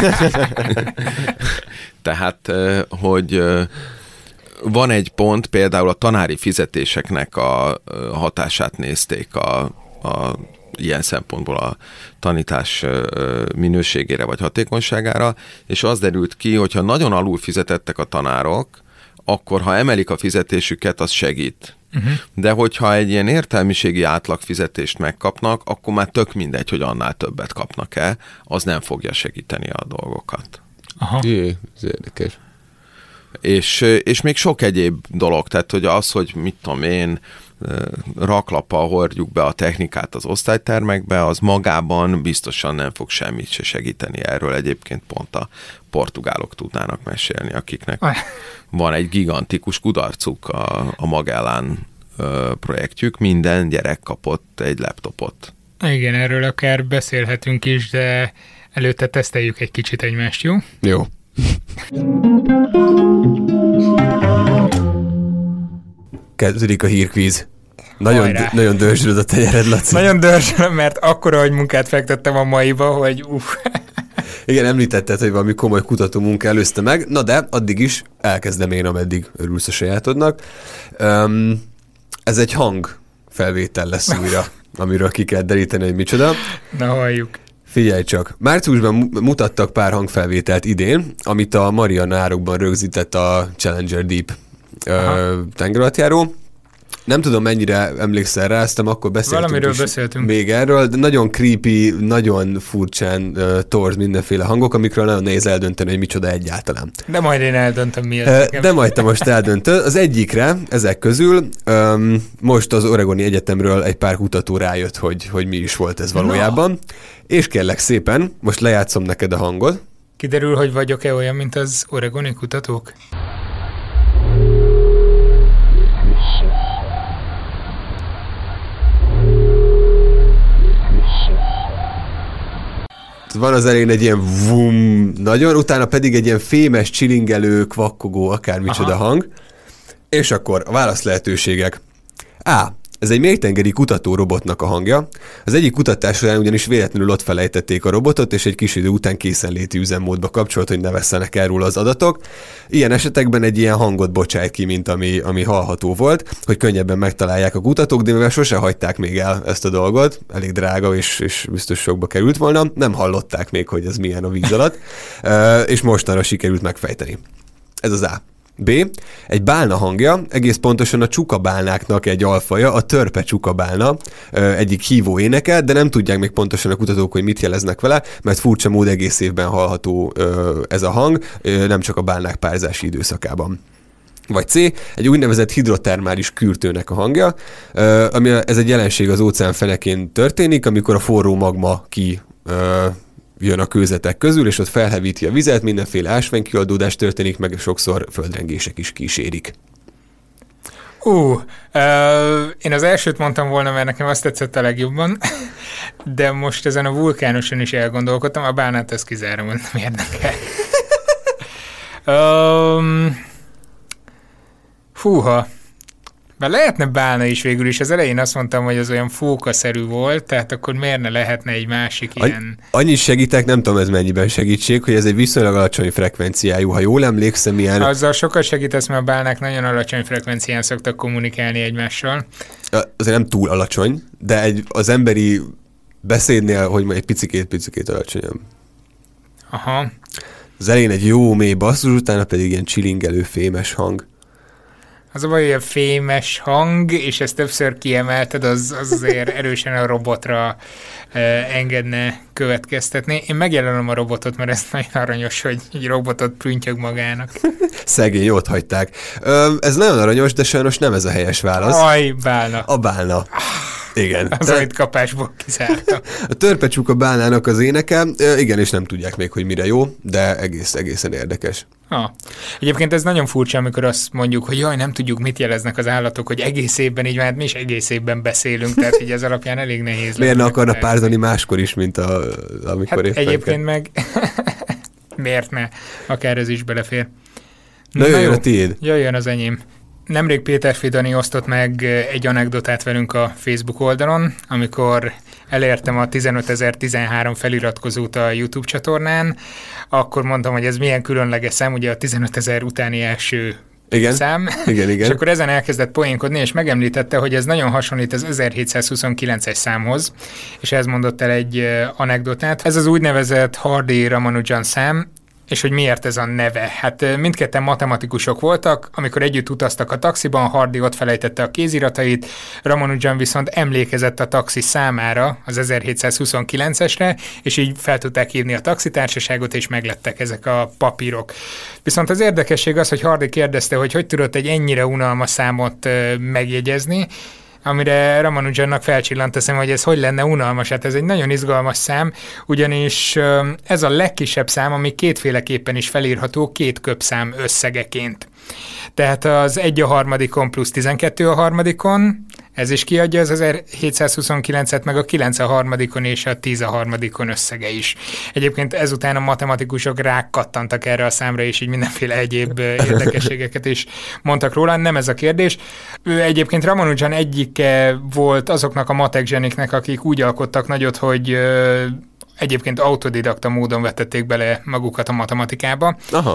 Tehát, hogy van egy pont, például a tanári fizetéseknek a hatását nézték ilyen szempontból a tanítás minőségére vagy hatékonyságára, és az derült ki, hogyha nagyon alul fizetettek a tanárok, akkor ha emelik a fizetésüket, az segít. De hogyha egy ilyen értelmiségi átlagfizetést megkapnak, akkor már tök mindegy, hogy annál többet kapnak-e, az nem fogja segíteni a dolgokat.
Aha. Jé, ez érdekes.
És még sok egyéb dolog, tehát hogy az, hogy mit tudom én, raklappal hordjuk be a technikát az osztálytermekbe, az magában biztosan nem fog semmit se segíteni. Erről egyébként pont a portugálok tudnának mesélni, akiknek van egy gigantikus kudarcuk a Magellan projektjük. Minden gyerek kapott egy laptopot.
Igen, erről akár beszélhetünk is, de előtte teszteljük egy kicsit egymást, jó?
Jó. Kezdődik a hírkvíz. Nagyon dörzsülöd a tenyered, Laci.
Nagyon dörzsülöm, mert akkora, hogy munkát fektettem a maiba, hogy
Igen, említetted, hogy valami komoly kutató munka előzte meg, na de addig is elkezdem én, ameddig örülsz a sajátodnak. Ez egy hangfelvétel lesz újra, amiről ki kell deríteni, hogy micsoda.
Na halljuk.
Figyelj csak, márciusban mutattak pár hangfelvételt idén, amit a Mariana árokban rögzített a Challenger Deep tengeralattjáró. Nem tudom, mennyire emlékszel rá, aztán akkor beszéltünk még erről, de nagyon creepy, nagyon furcsán torz mindenféle hangok, amikről nagyon nehéz eldönteni, hogy micsoda egyáltalán.
De majd én eldöntöm, mi ez.
De majd te most eldöntöd. Az egyikre, ezek közül most az Oregoni Egyetemről egy pár kutató rájött, hogy mi is volt ez valójában. És kérlek szépen, most lejátszom neked a hangot.
Kiderül, hogy vagyok-e olyan, mint az oregoni kutatók?
Van az elején egy ilyen vum, nagyon, utána pedig egy ilyen fémes, csilingelő, kvakkogó, akármicsoda hang. És akkor a válasz lehetőségek. A. Ez egy mélytengeri kutatórobotnak a hangja. Az egyik kutatás során ugyanis véletlenül ott felejtették a robotot, és egy kis idő után készenléti üzemmódba kapcsolt, hogy ne vesszenek el róla az adatok. Ilyen esetekben egy ilyen hangot bocsájt ki, mint ami hallható volt, hogy könnyebben megtalálják a kutatók, de mivel sose hagyták még el ezt a dolgot, elég drága és biztos sokba került volna, nem hallották még, hogy ez milyen a víz alatt, és mostanra sikerült megfejteni. Ez az A. B. Egy bálna hangja, egész pontosan a csukabálnáknak egy alfaja, a törpe csukabálna, egyik hívó éneke, de nem tudják még pontosan a kutatók, hogy mit jeleznek vele, mert furcsa mód egész évben hallható ez a hang, nem csak a bálnák párzási időszakában. Vagy C. Egy úgynevezett hidrotermális kürtőnek a hangja, ez egy jelenség az óceán fenekén történik, amikor a forró magma jön a kőzetek közül, és ott felhevíti a vizet, mindenféle ásványkiadódás történik, meg sokszor földrengések is kísérik.
Én az elsőt mondtam volna, mert nekem azt tetszett a legjobban, de most ezen a vulkánoson is elgondolkodtam, a bánát ezt kizárom, hogy nem érdekel. Bár lehetne bálna is végül is. Az elején azt mondtam, hogy az olyan fókaszerű volt, tehát akkor miért ne lehetne egy másik ilyen...
Annyit segítek, nem tudom ez mennyiben segítség, hogy ez egy viszonylag alacsony frekvenciájú. Ha jól emlékszem, ilyen...
Azzal sokat segítesz, mert a bálnák nagyon alacsony frekvencián szoktak kommunikálni egymással.
Azért nem túl alacsony, de az emberi beszédnél, hogy egy picikét alacsonyabb.
Aha.
Az elején egy jó mély basszus, utána pedig ilyen csilingelő, fémes hang.
Az a baj, hogy a fémes hang, és ezt többször kiemelted, az azért erősen a robotra engedne következtetni. Én megjelölöm a robotot, mert ez nagyon aranyos, hogy egy robotot prüntjög magának.
Szegény, jót hagyták. Ez nagyon aranyos, de sajnos nem ez a helyes válasz.
Aj, bálna.
A bálna. Igen.
Az, amit kapásból kizártam.
A törpecsuka bálnának az éneke, igen, és nem tudják még, hogy mire jó, de egészen érdekes.
Egyébként ez nagyon furcsa, amikor azt mondjuk, hogy jaj, nem tudjuk, mit jeleznek az állatok, hogy egész évben így van, hát mi is egész évben beszélünk, tehát így ez alapján elég nehéz.
Miért ne akarna párzani máskor is, mint amikor éppen
egyébként meg miért ne? Akár ez is belefér.
Na jöjjön a tiéd.
Jöjjön az enyém. Nemrég Péter Fidani osztott meg egy anekdotát velünk a Facebook oldalon, amikor elértem a 15.013 feliratkozót a YouTube csatornán, akkor mondtam, hogy ez milyen különleges szám, ugye a 15.000 utáni első szám.
Igen.
És akkor ezen elkezdett poénkodni, és megemlítette, hogy ez nagyon hasonlít az 1729-es számhoz, és ez mondott el egy anekdotát. Ez az úgynevezett Hardy-Ramanujan szám, és hogy miért ez a neve? Hát mindketten matematikusok voltak, amikor együtt utaztak a taxiban, Hardy ott felejtette a kéziratait, Ramanujan viszont emlékezett a taxi számára, az 1729-esre, és így fel tudták hívni a taxitársaságot, és meglettek ezek a papírok. Viszont az érdekesség az, hogy Hardy kérdezte, hogy tudott egy ennyire unalmas számot megjegyezni, amire Ramanujannak felcsillant a szem, hogy ez hogy lenne unalmas. Hát ez egy nagyon izgalmas szám, ugyanis ez a legkisebb szám, ami kétféleképpen is felírható két köbszám összegeként. Tehát az 1/3 plusz 12/3, ez is kiadja az 1729-et, meg a 9/3 és a 10/3 összege is. Egyébként ezután a matematikusok rákattantak erre a számra, és így mindenféle egyéb érdekességeket is mondtak róla. Nem ez a kérdés. Ő egyébként Ramanujan egyike volt azoknak a matek zseniknek, akik úgy alkottak nagyot, hogy egyébként autodidakta módon vetették bele magukat a matematikába.
Aha.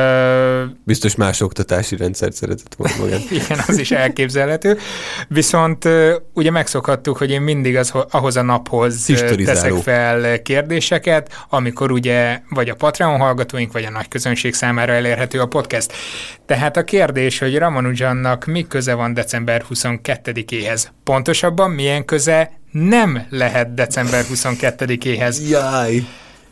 Biztos más oktatási rendszert szeretett volna magát.
Igen, az is elképzelhető. Viszont ugye megszokhattuk, hogy én mindig ahhoz a naphoz teszek fel kérdéseket, amikor ugye vagy a Patreon hallgatóink, vagy a nagy közönség számára elérhető a podcast. Tehát a kérdés, hogy Ramanujannak mi köze van december 22-éhez? Pontosabban milyen köze nem lehet december 22-éhez.
Jaj!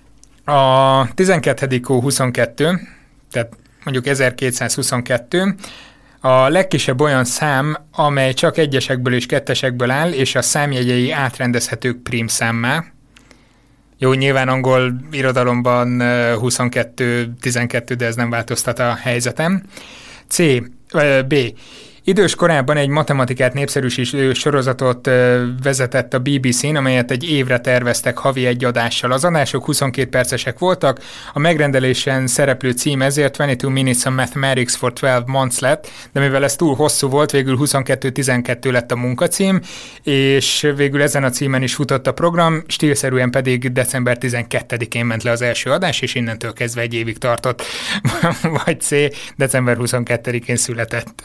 A 12. hó 22, tehát mondjuk 1222, a legkisebb olyan szám, amely csak egyesekből és kettesekből áll, és a számjegyei átrendezhetők prímszámmá. Jó, nyilván angol irodalomban 22-12, de ez nem változtat a helyzetem. B. Idős korában egy matematikát népszerűsítő sorozatot vezetett a BBC-n, amelyet egy évre terveztek havi egy adással. Az adások 22 percesek voltak, a megrendelésen szereplő cím ezért 22 Minutes of Mathematics for 12 Months lett, de mivel ez túl hosszú volt, végül 22-12 lett a munkacím, és végül ezen a címen is futott a program, stílszerűen pedig december 12-én ment le az első adás, és innentől kezdve egy évig tartott. Vagy C. december 22-én született.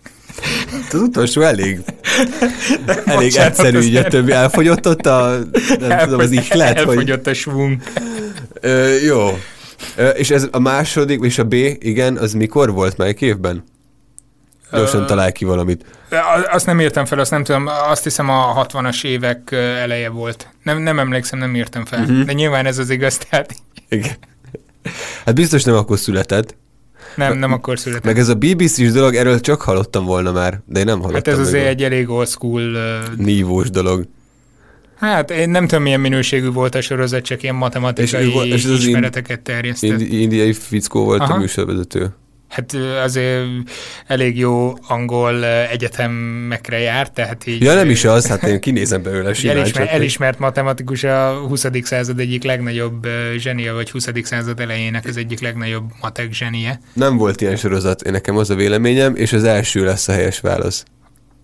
Az utolsó elég egyszerű, így a többi elfogyott ott az ihlet.
Elfogyott a svung.
Jó. És ez a második, és a B, igen, az mikor volt, melyik évben? Gyorsan találj ki valamit.
Azt nem írtam fel, azt nem tudom, azt hiszem a 60-as évek eleje volt. Nem emlékszem, nem írtam fel. De nyilván ez az igaz, tehát...
Igen. Hát biztos nem akkor született.
Nem akkor született.
Meg ez a BBC-s dolog, erről csak hallottam volna már, de én nem hallottam.
Hát ez azért egy elég old school...
nívós dolog.
Hát én nem tudom, milyen minőségű volt a sorozat, csak ilyen matematikai ismereteket terjesztett.
Indiai fickó volt a műsorvezető.
Hát azért elég jó angol egyetemekre járt, tehát így...
Ja, nem is az, hát én kinézem belőle simán.
Elismert matematikus a 20. század egyik legnagyobb zsenie, vagy 20. század elejének az egyik legnagyobb matek zsenie.
Nem volt ilyen sorozat, nekem az a véleményem, és az első lesz a helyes válasz.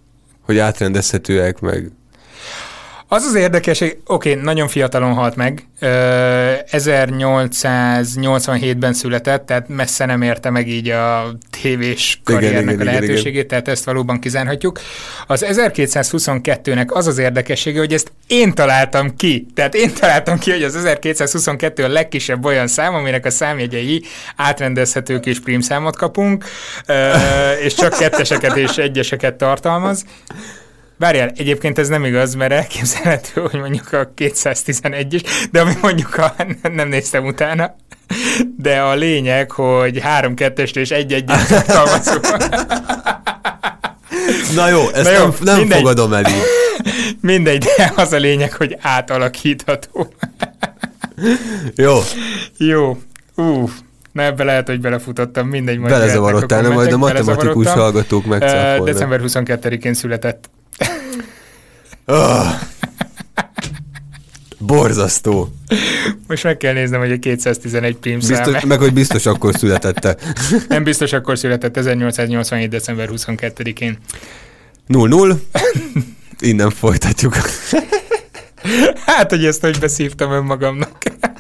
Hogy átrendezhetőek meg.
Az érdekes, hogy nagyon fiatalon halt meg, 1887-ben született, tehát messze nem érte meg így a tévés karriernek a lehetőségét, tehát ezt valóban kizárhatjuk. Az 1222-nek az érdekessége, hogy ezt én találtam ki. Tehát én találtam ki, hogy az 1222 a legkisebb olyan szám, aminek a számjegyei átrendezhetők és prímszámot kapunk, és csak ketteseket és egyeseket tartalmaz. Várjál, egyébként ez nem igaz, mert elképzelhető, hogy mondjuk a 211 is, de ami mondjuk nem néztem utána, de a lényeg, hogy 3-2-est és 1-1-et tartalmazunk.
Na jó, ezt nem fogadom el így.
Mindegy, de az a lényeg, hogy átalakítható. Jó. Na ebbe lehet, hogy belefutottam, mindegy.
Belezavarodtál, nem majd a matematikus hallgatók megcáfolnak.
December 22-én született.
Borzasztó.
Most meg kell néznem, hogy a 211 prímszám.
Meg hogy biztos akkor születette.
Nem biztos akkor született, 1887. december 22-én.
0-0. Innen folytatjuk.
Hát, hogy ezt hogy beszívtam önmagamnak.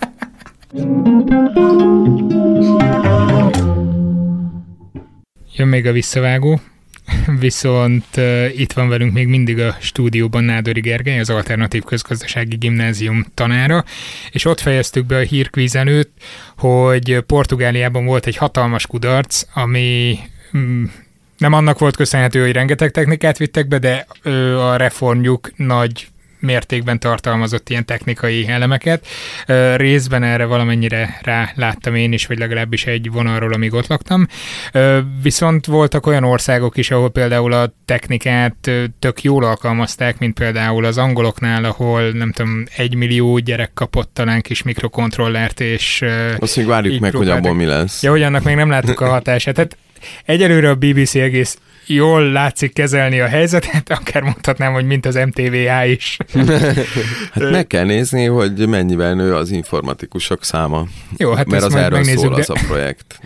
Jön még a visszavágó. Viszont itt van velünk még mindig a stúdióban Nádori Gergely, az Alternatív Közgazdasági Gimnázium tanára, és ott fejeztük be a hírkvíz előtt, hogy Portugáliában volt egy hatalmas kudarc, ami nem annak volt köszönhető, hogy rengeteg technikát vittek be, de a reformjuk nagy mértékben tartalmazott ilyen technikai elemeket. Részben erre valamennyire ráláttam én is, vagy legalábbis egy vonalról, amíg ott laktam. Viszont voltak olyan országok is, ahol például a technikát tök jól alkalmazták, mint például az angoloknál, ahol nem tudom, 1 millió gyerek kapott talán kis mikrokontrollert, és
azt még várjuk meg, hogy abból mi lesz.
Ja, hogy annak még nem láttuk a hatását. Tehát egyelőre a BBC egész jól látszik kezelni a helyzetet, akár mondhatnám, hogy mint az MTVA is.
Hát meg kell nézni, hogy mennyivel nő az informatikusok száma.
Jó, hát
mert az erről szól az a projekt.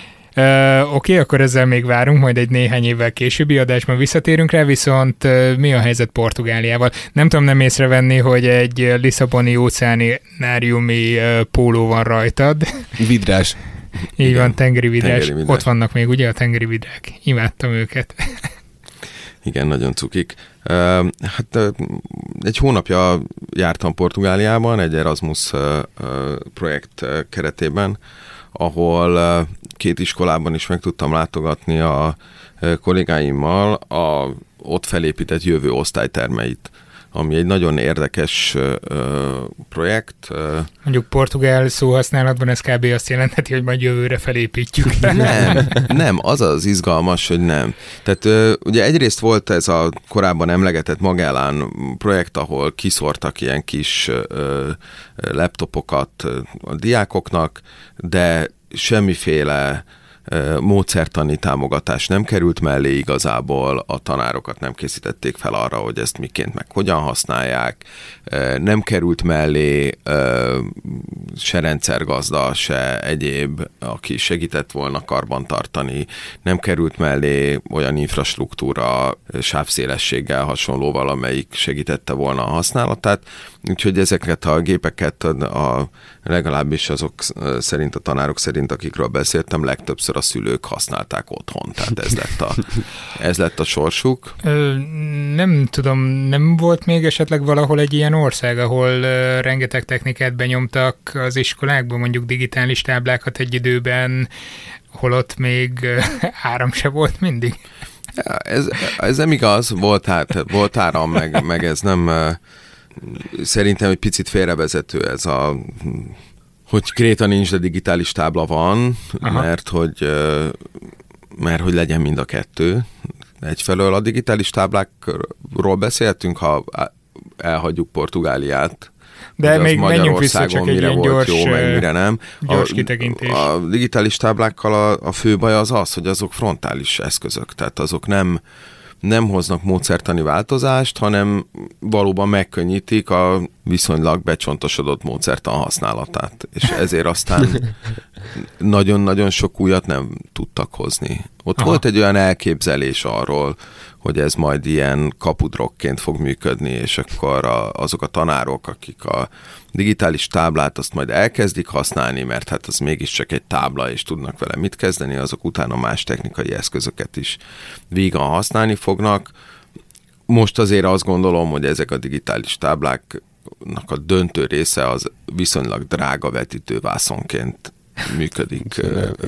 Oké, akkor ezzel még várunk, majd egy néhány évvel későbbi adásban visszatérünk rá, viszont mi a helyzet Portugáliával? Nem tudom nem észrevenni, hogy egy lisszaboni óceániáriumi póló van rajtad.
Vidrás.
Így van, tengeri vidrás. Ott vannak még, ugye, a tengeri vidrák. Imádtam őket.
Igen, nagyon cukik. Hát egy hónapja jártam Portugáliában, egy Erasmus projekt keretében, ahol 2 iskolában is meg tudtam látogatni a kollégáimmal a ott felépített jövő osztálytermeit, ami egy nagyon érdekes projekt.
Mondjuk portugál szóhasználatban ez kb. Azt jelentheti, hogy majd jövőre felépítjük.
Nem, az az izgalmas, hogy nem. Tehát ugye egyrészt volt ez a korábban emlegetett Magellan projekt, ahol kiszórtak ilyen kis laptopokat a diákoknak, de semmiféle módszertani támogatás nem került mellé igazából, a tanárokat nem készítették fel arra, hogy ezt miként meg hogyan használják, nem került mellé se rendszergazda, se egyéb, aki segített volna karbantartani, nem került mellé olyan infrastruktúra sávszélességgel hasonlóval, amelyik segítette volna a használatát, úgyhogy ezeket a gépeket legalábbis azok szerint, a tanárok szerint, akikről beszéltem, legtöbbször a szülők használták otthon. Tehát ez lett a sorsuk.
Nem tudom, nem volt még esetleg valahol egy ilyen ország, ahol rengeteg technikát benyomtak az iskolákban, mondjuk digitális táblákat egy időben, holott még áram se volt mindig?
Ez nem igaz, volt áram, meg ez nem... Szerintem egy picit félrevezető ez hogy kréta nincs, de digitális tábla van, mert hogy legyen mind a kettő. Egyfelől a digitális táblákról beszéltünk, ha elhagyjuk Portugáliát,
de még menjünk vissza csak egy ilyen gyors,
jó, meg mire nem.
Gyors kitekintés.
A digitális táblákkal a fő baj az, hogy azok frontális eszközök, tehát azok nem hoznak módszertani változást, hanem valóban megkönnyítik a viszonylag becsontosodott módszertan használatát, és ezért aztán nagyon-nagyon sok újat nem tudtak hozni. Ott volt egy olyan elképzelés arról, hogy ez majd ilyen kapudrokként fog működni, és akkor azok a tanárok, akik a digitális táblát azt majd elkezdik használni, mert hát az mégiscsak egy tábla, és tudnak vele mit kezdeni, azok utána más technikai eszközöket is vígan használni fognak. Most azért azt gondolom, hogy ezek a digitális tábláknak a döntő része az viszonylag drága vetítővászonként működik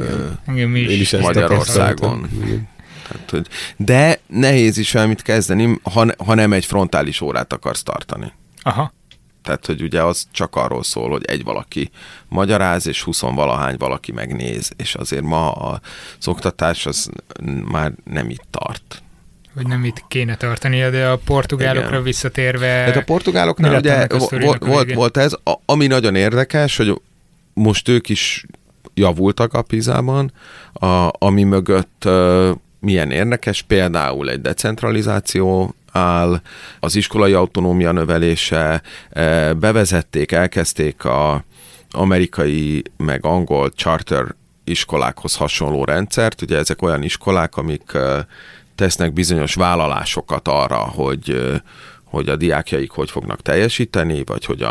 Magyarországon. Tehát, hogy, de nehéz is valamit kezdeni, ha nem egy frontális órát akarsz tartani.
Aha.
Tehát, hogy ugye az csak arról szól, hogy egy valaki magyaráz, és 20-valahány valaki megnéz, és azért ma az oktatás az már nem itt tart.
Hogy nem itt kéne tartania, de a portugálokra visszatérve...
Hát a portugáloknál ugye volt ez, ami nagyon érdekes, hogy most ők is javultak a PISA-ban, ami mögött milyen érdekes, például egy decentralizáció áll, az iskolai autonómia növelése, bevezették, elkezdték az amerikai meg angol charter iskolákhoz hasonló rendszert, ugye ezek olyan iskolák, amik tesznek bizonyos vállalásokat arra, hogy a diákjaik hogy fognak teljesíteni, vagy hogy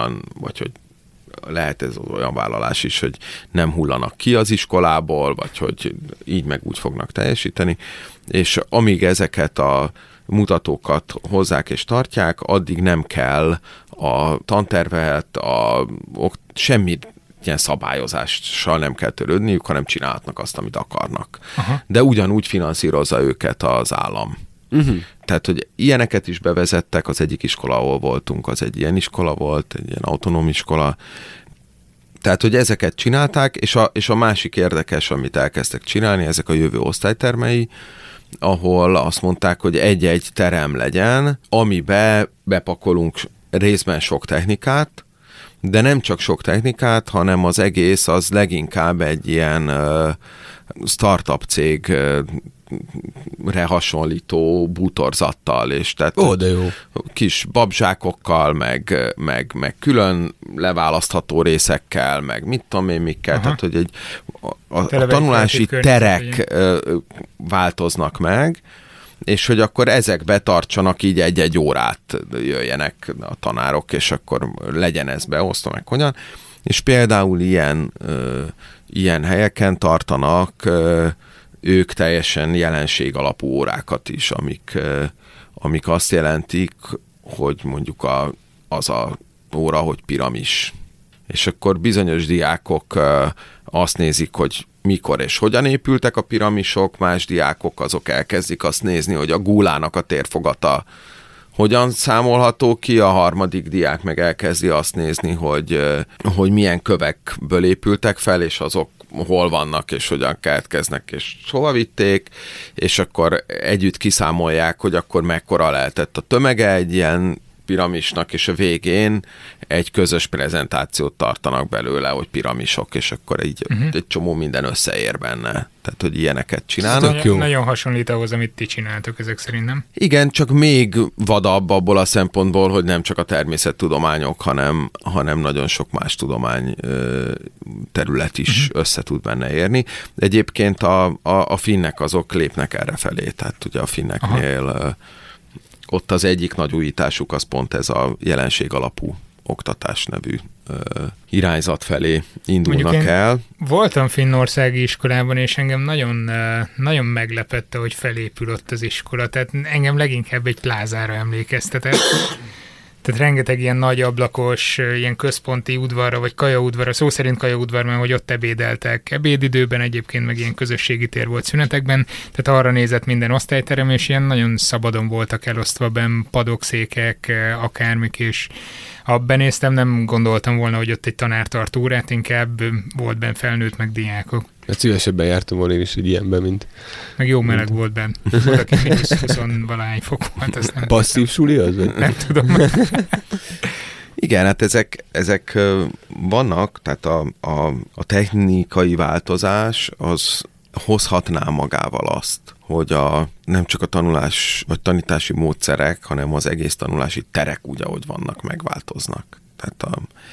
lehet ez olyan vállalás is, hogy nem hullanak ki az iskolából, vagy hogy így meg úgy fognak teljesíteni, és amíg ezeket a mutatókat hozzák és tartják, addig nem kell a tantervet, semmi ilyen szabályozással nem kell törődniük, hanem csinálhatnak azt, amit akarnak. Aha. De ugyanúgy finanszírozza őket az állam. Tehát, hogy ilyeneket is bevezettek, az egyik iskola, ahol voltunk, az egy ilyen iskola volt, egy ilyen autonóm iskola. Tehát, hogy ezeket csinálták, és a másik érdekes, amit elkezdtek csinálni, ezek a jövő osztálytermei, ahol azt mondták, hogy egy-egy terem legyen, amibe bepakolunk részben sok technikát, de nem csak sok technikát, hanem az egész az leginkább egy ilyen startup cégre hasonlító bútorzattal, és tehát
de jó.
Kis babzsákokkal, meg külön leválasztható részekkel, meg mit tudom én mikkel, aha. Tehát hogy a tanulási terek változnak meg, és hogy akkor ezekbe tartsanak így egy-egy órát, jöjjenek a tanárok, és akkor legyen ez beosztva, meg hogyan. És például ilyen helyeken tartanak ők teljesen jelenség alapú órákat is, amik azt jelentik, hogy mondjuk az a óra, hogy piramis. És akkor bizonyos diákok azt nézik, hogy mikor és hogyan épültek a piramisok, más diákok azok elkezdik azt nézni, hogy a gúlának a térfogata hogyan számolható ki, a harmadik diák meg elkezdi azt nézni, hogy milyen kövekből épültek fel, és azok hol vannak, és hogyan keletkeznek, és hova vitték, és akkor együtt kiszámolják, hogy akkor mekkora lehetett a tömege egy ilyen piramisnak, és a végén egy közös prezentációt tartanak belőle, hogy piramisok, és akkor egy csomó minden összeér benne. Tehát, hogy ilyeneket csinálnak.
Nagyon hasonlít ahhoz, amit ti csináltok ezek szerint, nem?
Igen, csak még vadabb abból a szempontból, hogy nem csak a természettudományok, hanem nagyon sok más tudomány terület is össze tud benne érni. Egyébként a finnek azok lépnek errefelé, tehát ugye a finneknél ott az egyik nagy újításuk az pont ez a jelenség alapú oktatás nevű irányzat felé indulnak el.
Voltam finnországi iskolában, és engem nagyon, nagyon meglepette, hogy felépül ott az iskola. Tehát engem leginkább egy plázára emlékeztetett. Tehát rengeteg ilyen nagy ablakos, ilyen központi udvarra, vagy kajaudvarra, szó szerint kajaudvar, mert hogy ott ebédeltek ebédidőben, egyébként meg ilyen közösségi tér volt szünetekben, tehát arra nézett minden osztályterem, és ilyen nagyon szabadon voltak elosztva benn padokszékek, akármik, és ha benéztem, nem gondoltam volna, hogy ott egy tanár tart órát, inkább volt benn felnőtt meg diákok.
Hát szívesebben jártam volna én is egy ilyenben, mint...
Meg jó meleg volt benn. Volt, aki mínusz 20-valahány fok volt, azt nem
passzív suli az? Vagy?
Nem tudom.
Igen, hát ezek vannak, tehát a technikai változás az hozhatná magával azt, hogy nem csak a tanulás vagy tanítási módszerek, hanem az egész tanulási terek úgy, ahogy vannak, megváltoznak. Tehát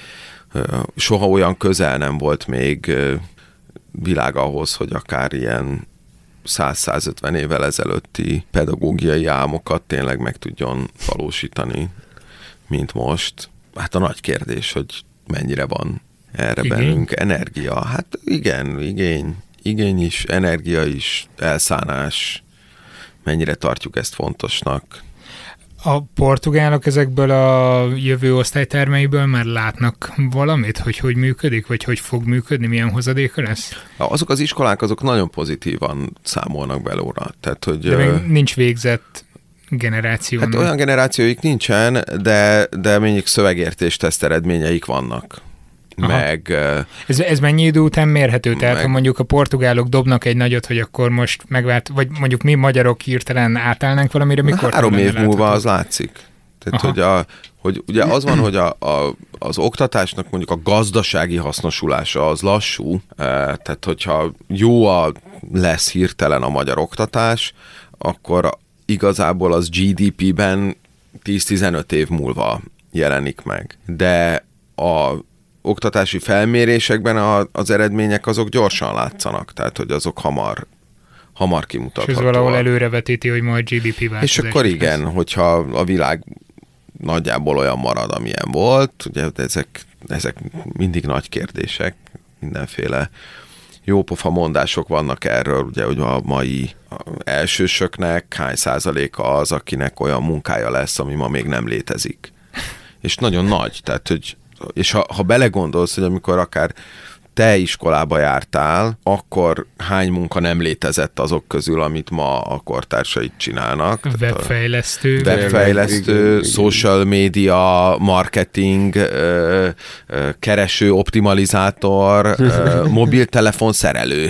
soha olyan közel nem volt még világ ahhoz, hogy akár ilyen 100-150 évvel ezelőtti pedagógiai álmokat tényleg meg tudjon valósítani, mint most. Hát a nagy kérdés, hogy mennyire van erre bennünk energia. Hát igen, igény is, energia is, elszánás, mennyire tartjuk ezt fontosnak.
A portugálok ezekből a jövő osztálytermeiből már látnak valamit, hogy működik, vagy hogy fog működni, milyen hozadéka lesz?
Azok az iskolák, azok nagyon pozitívan számolnak belőle. Tehát, hogy,
de még nincs végzett generáció.
Hát olyan generációik nincsen, de mondjuk szövegértés teszt eredményeik vannak. Meg,
ez mennyi idő után mérhető? Tehát ha mondjuk a portugálok dobnak egy nagyot, hogy akkor most megvált, vagy mondjuk mi magyarok hirtelen átállnánk valamire, mikor?
3 év múlva az látszik. Tehát, hogy ugye az van, hogy az oktatásnak mondjuk a gazdasági hasznosulása az lassú, tehát hogyha lesz hirtelen a magyar oktatás, akkor igazából az GDP-ben 10-15 év múlva jelenik meg. De a oktatási felmérésekben az eredmények azok gyorsan látszanak, tehát hogy azok hamar kimutathatóak.
És ez valahol előrevetíti, hogy majd GDP változás.
És akkor igen, hogyha a világ nagyjából olyan marad, amilyen volt, ugye ezek mindig nagy kérdések, mindenféle jópofa mondások vannak erről, ugye, hogy a mai elsősöknek hány százaléka az, akinek olyan munkája lesz, ami ma még nem létezik. És nagyon nagy, tehát, hogy és ha belegondolsz, hogy amikor akár te iskolába jártál, akkor hány munka nem létezett azok közül, amit ma a kortársaid csinálnak?
Webfejlesztő,
social media, marketing, kereső, optimalizátor, mobiltelefon szerelő.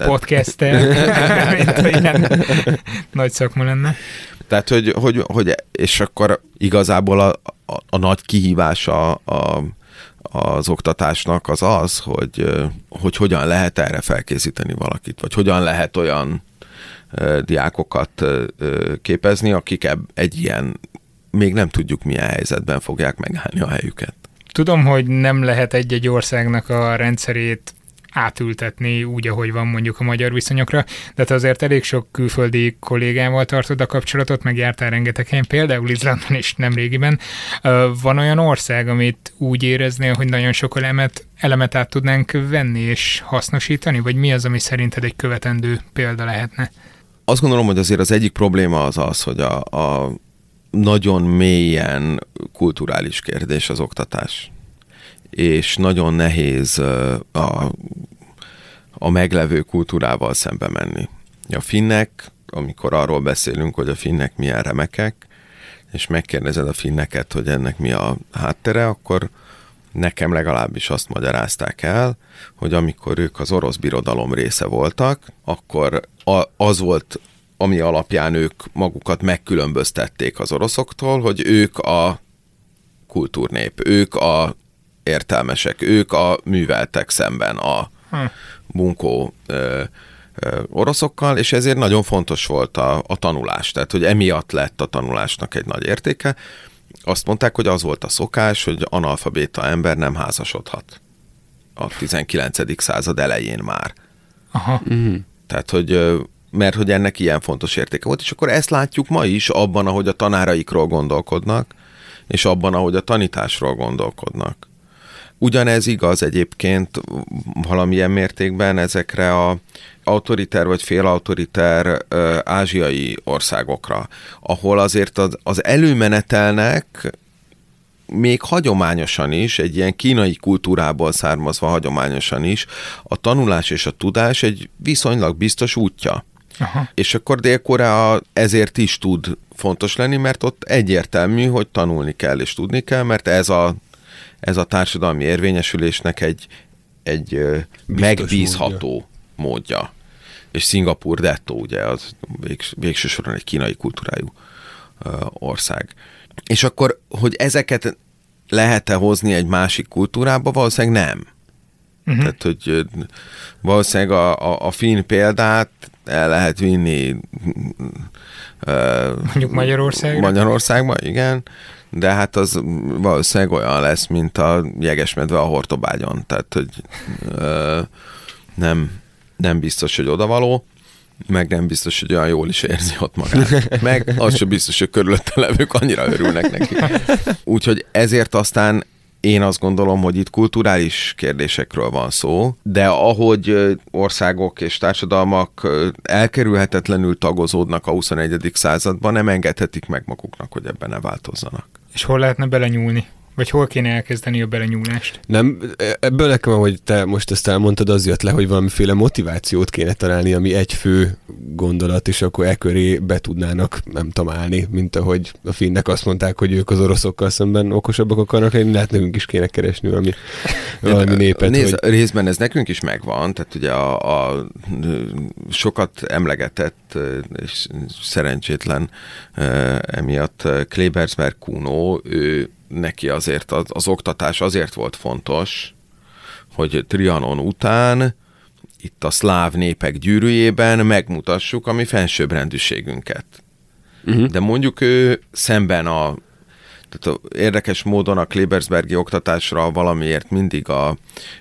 Podcaster, nagy szakma lenne.
Tehát, hogy és akkor igazából a nagy kihívása az oktatásnak az, hogy hogyan lehet erre felkészíteni valakit, vagy hogyan lehet olyan diákokat képezni, akik egy ilyen, még nem tudjuk milyen helyzetben fogják megállni a helyüket.
Tudom, hogy nem lehet egy-egy országnak a rendszerét átültetni úgy, ahogy van mondjuk a magyar viszonyokra, de te azért elég sok külföldi kollégával tartod a kapcsolatot, meg jártál rengeteg helyen, például Izlandon is nemrégiben. Van olyan ország, amit úgy éreznél, hogy nagyon sok elemet át tudnánk venni és hasznosítani, vagy mi az, ami szerinted egy követendő példa lehetne?
Azt gondolom, hogy azért az egyik probléma az, hogy a nagyon mélyen kulturális kérdés az oktatás. És nagyon nehéz a meglevő kultúrával szembe menni. A finnek, amikor arról beszélünk, hogy a finnek milyen remekek, és megkérdezed a finneket, hogy ennek mi a háttere, akkor nekem legalábbis azt magyarázták el, hogy amikor ők az orosz birodalom része voltak, akkor az volt, ami alapján ők magukat megkülönböztették az oroszoktól, hogy ők a kultúrnép, ők a értelmesek, ők a műveltek szemben a bunkó oroszokkal, és ezért nagyon fontos volt a tanulás. Tehát, hogy emiatt lett a tanulásnak egy nagy értéke. Azt mondták, hogy az volt a szokás, hogy analfabéta ember nem házasodhat a 19. század elején már.
Aha.
Tehát, hogy mert hogy ennek ilyen fontos értéke volt, és akkor ezt látjuk ma is abban, ahogy a tanáraikról gondolkodnak, és abban, ahogy a tanításról gondolkodnak. Ugyanez igaz egyébként valamilyen mértékben ezekre a autoriter vagy félautoriter ázsiai országokra, ahol azért az előmenetelnek még hagyományosan is, egy ilyen kínai kultúrából származva hagyományosan is, a tanulás és a tudás egy viszonylag biztos útja.
Aha.
És akkor Dél-Korea ezért is tud fontos lenni, mert ott egyértelmű, hogy tanulni kell és tudni kell, mert ez a társadalmi érvényesülésnek egy megbízható módja. És Szingapúr dettó, ugye, az végső soron egy kínai kultúrájú ország. És akkor, hogy ezeket lehet-e hozni egy másik kultúrába? Valószínűleg nem. Tehát, hogy valószínűleg a finn példát el lehet vinni
mondjuk
Magyarországban, igen, de hát az valószínűleg olyan lesz, mint a jegesmedve a Hortobágyon. Tehát, hogy nem biztos, hogy odavaló, meg nem biztos, hogy olyan jól is érzi ott magát. Meg az sem biztos, hogy körülötte levők annyira örülnek neki. Úgyhogy ezért aztán én azt gondolom, hogy itt kulturális kérdésekről van szó, de ahogy országok és társadalmak elkerülhetetlenül tagozódnak a 21. században, nem engedhetik meg maguknak, hogy ebben ne változzanak.
És hol lehetne belenyúlni? Vagy hol kéne elkezdeni a belenyúlást?
Nem, ebből nekem, ahogy te most ezt elmondtad, az jött le, hogy valamiféle motivációt kéne találni, ami egy fő gondolat, és akkor e köré be tudnának, nem tudom, állni, mint ahogy a finnek azt mondták, hogy ők az oroszokkal szemben okosabbak akarnak lenni, lehet nekünk is kéne keresni valami népet.
Nézd, hogy... Részben ez nekünk is megvan, tehát ugye a sokat emlegetett és szerencsétlen emiatt Klebersberg Kuno, ő neki azért az oktatás azért volt fontos, hogy Trianon után itt a szláv népek gyűrűjében megmutassuk a mi fensőbbrendűségünket. De mondjuk ő szemben tehát érdekes módon a Klebersbergi oktatásra valamiért mindig a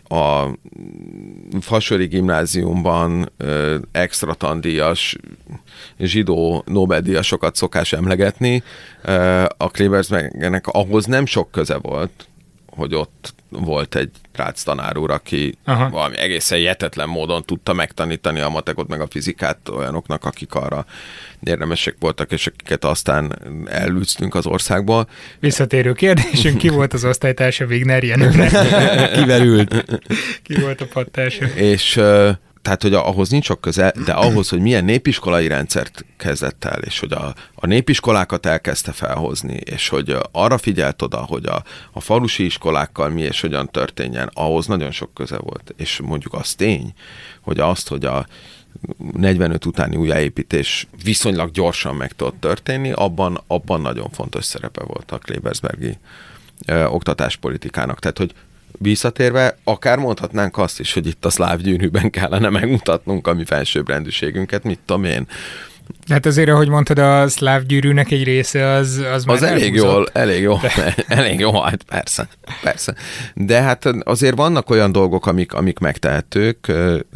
Fasori gimnáziumban extra tandíjas zsidó Nobel-díjasokat szokás emlegetni. A Klebersbergnek ahhoz nem sok köze volt, hogy ott volt egy Rácz tanár úr, aki valami egészen hihetetlen módon tudta megtanítani a matekot meg a fizikát olyanoknak, akik arra érdemesek voltak, és akiket aztán elűztünk az országból.
Visszatérő kérdésünk, ki volt az osztálytársa Wigner Jenőnek?
Kivel
Ki volt a padtársa?
És tehát, hogy ahhoz nincs sok köze, de ahhoz, hogy milyen népiskolai rendszert kezdett el, és hogy a népiskolákat elkezdte felhozni, és hogy arra figyelt oda, hogy a falusi iskolákkal mi és hogyan történjen, ahhoz nagyon sok köze volt. És mondjuk az tény, hogy hogy a 45 utáni újjáépítés viszonylag gyorsan meg tudott történni, abban nagyon fontos szerepe volt a Klebersbergi oktatáspolitikának. Tehát, hogy visszatérve, akár mondhatnánk azt is, hogy itt a szláv gyűrűben kellene megmutatnunk a mi felsőbbrendűségünket, mit tudom én.
Hát azért, ahogy mondtad, a szláv gyűrűnek egy része az már
elég jó, hát persze. De hát azért vannak olyan dolgok, amik megtehetők.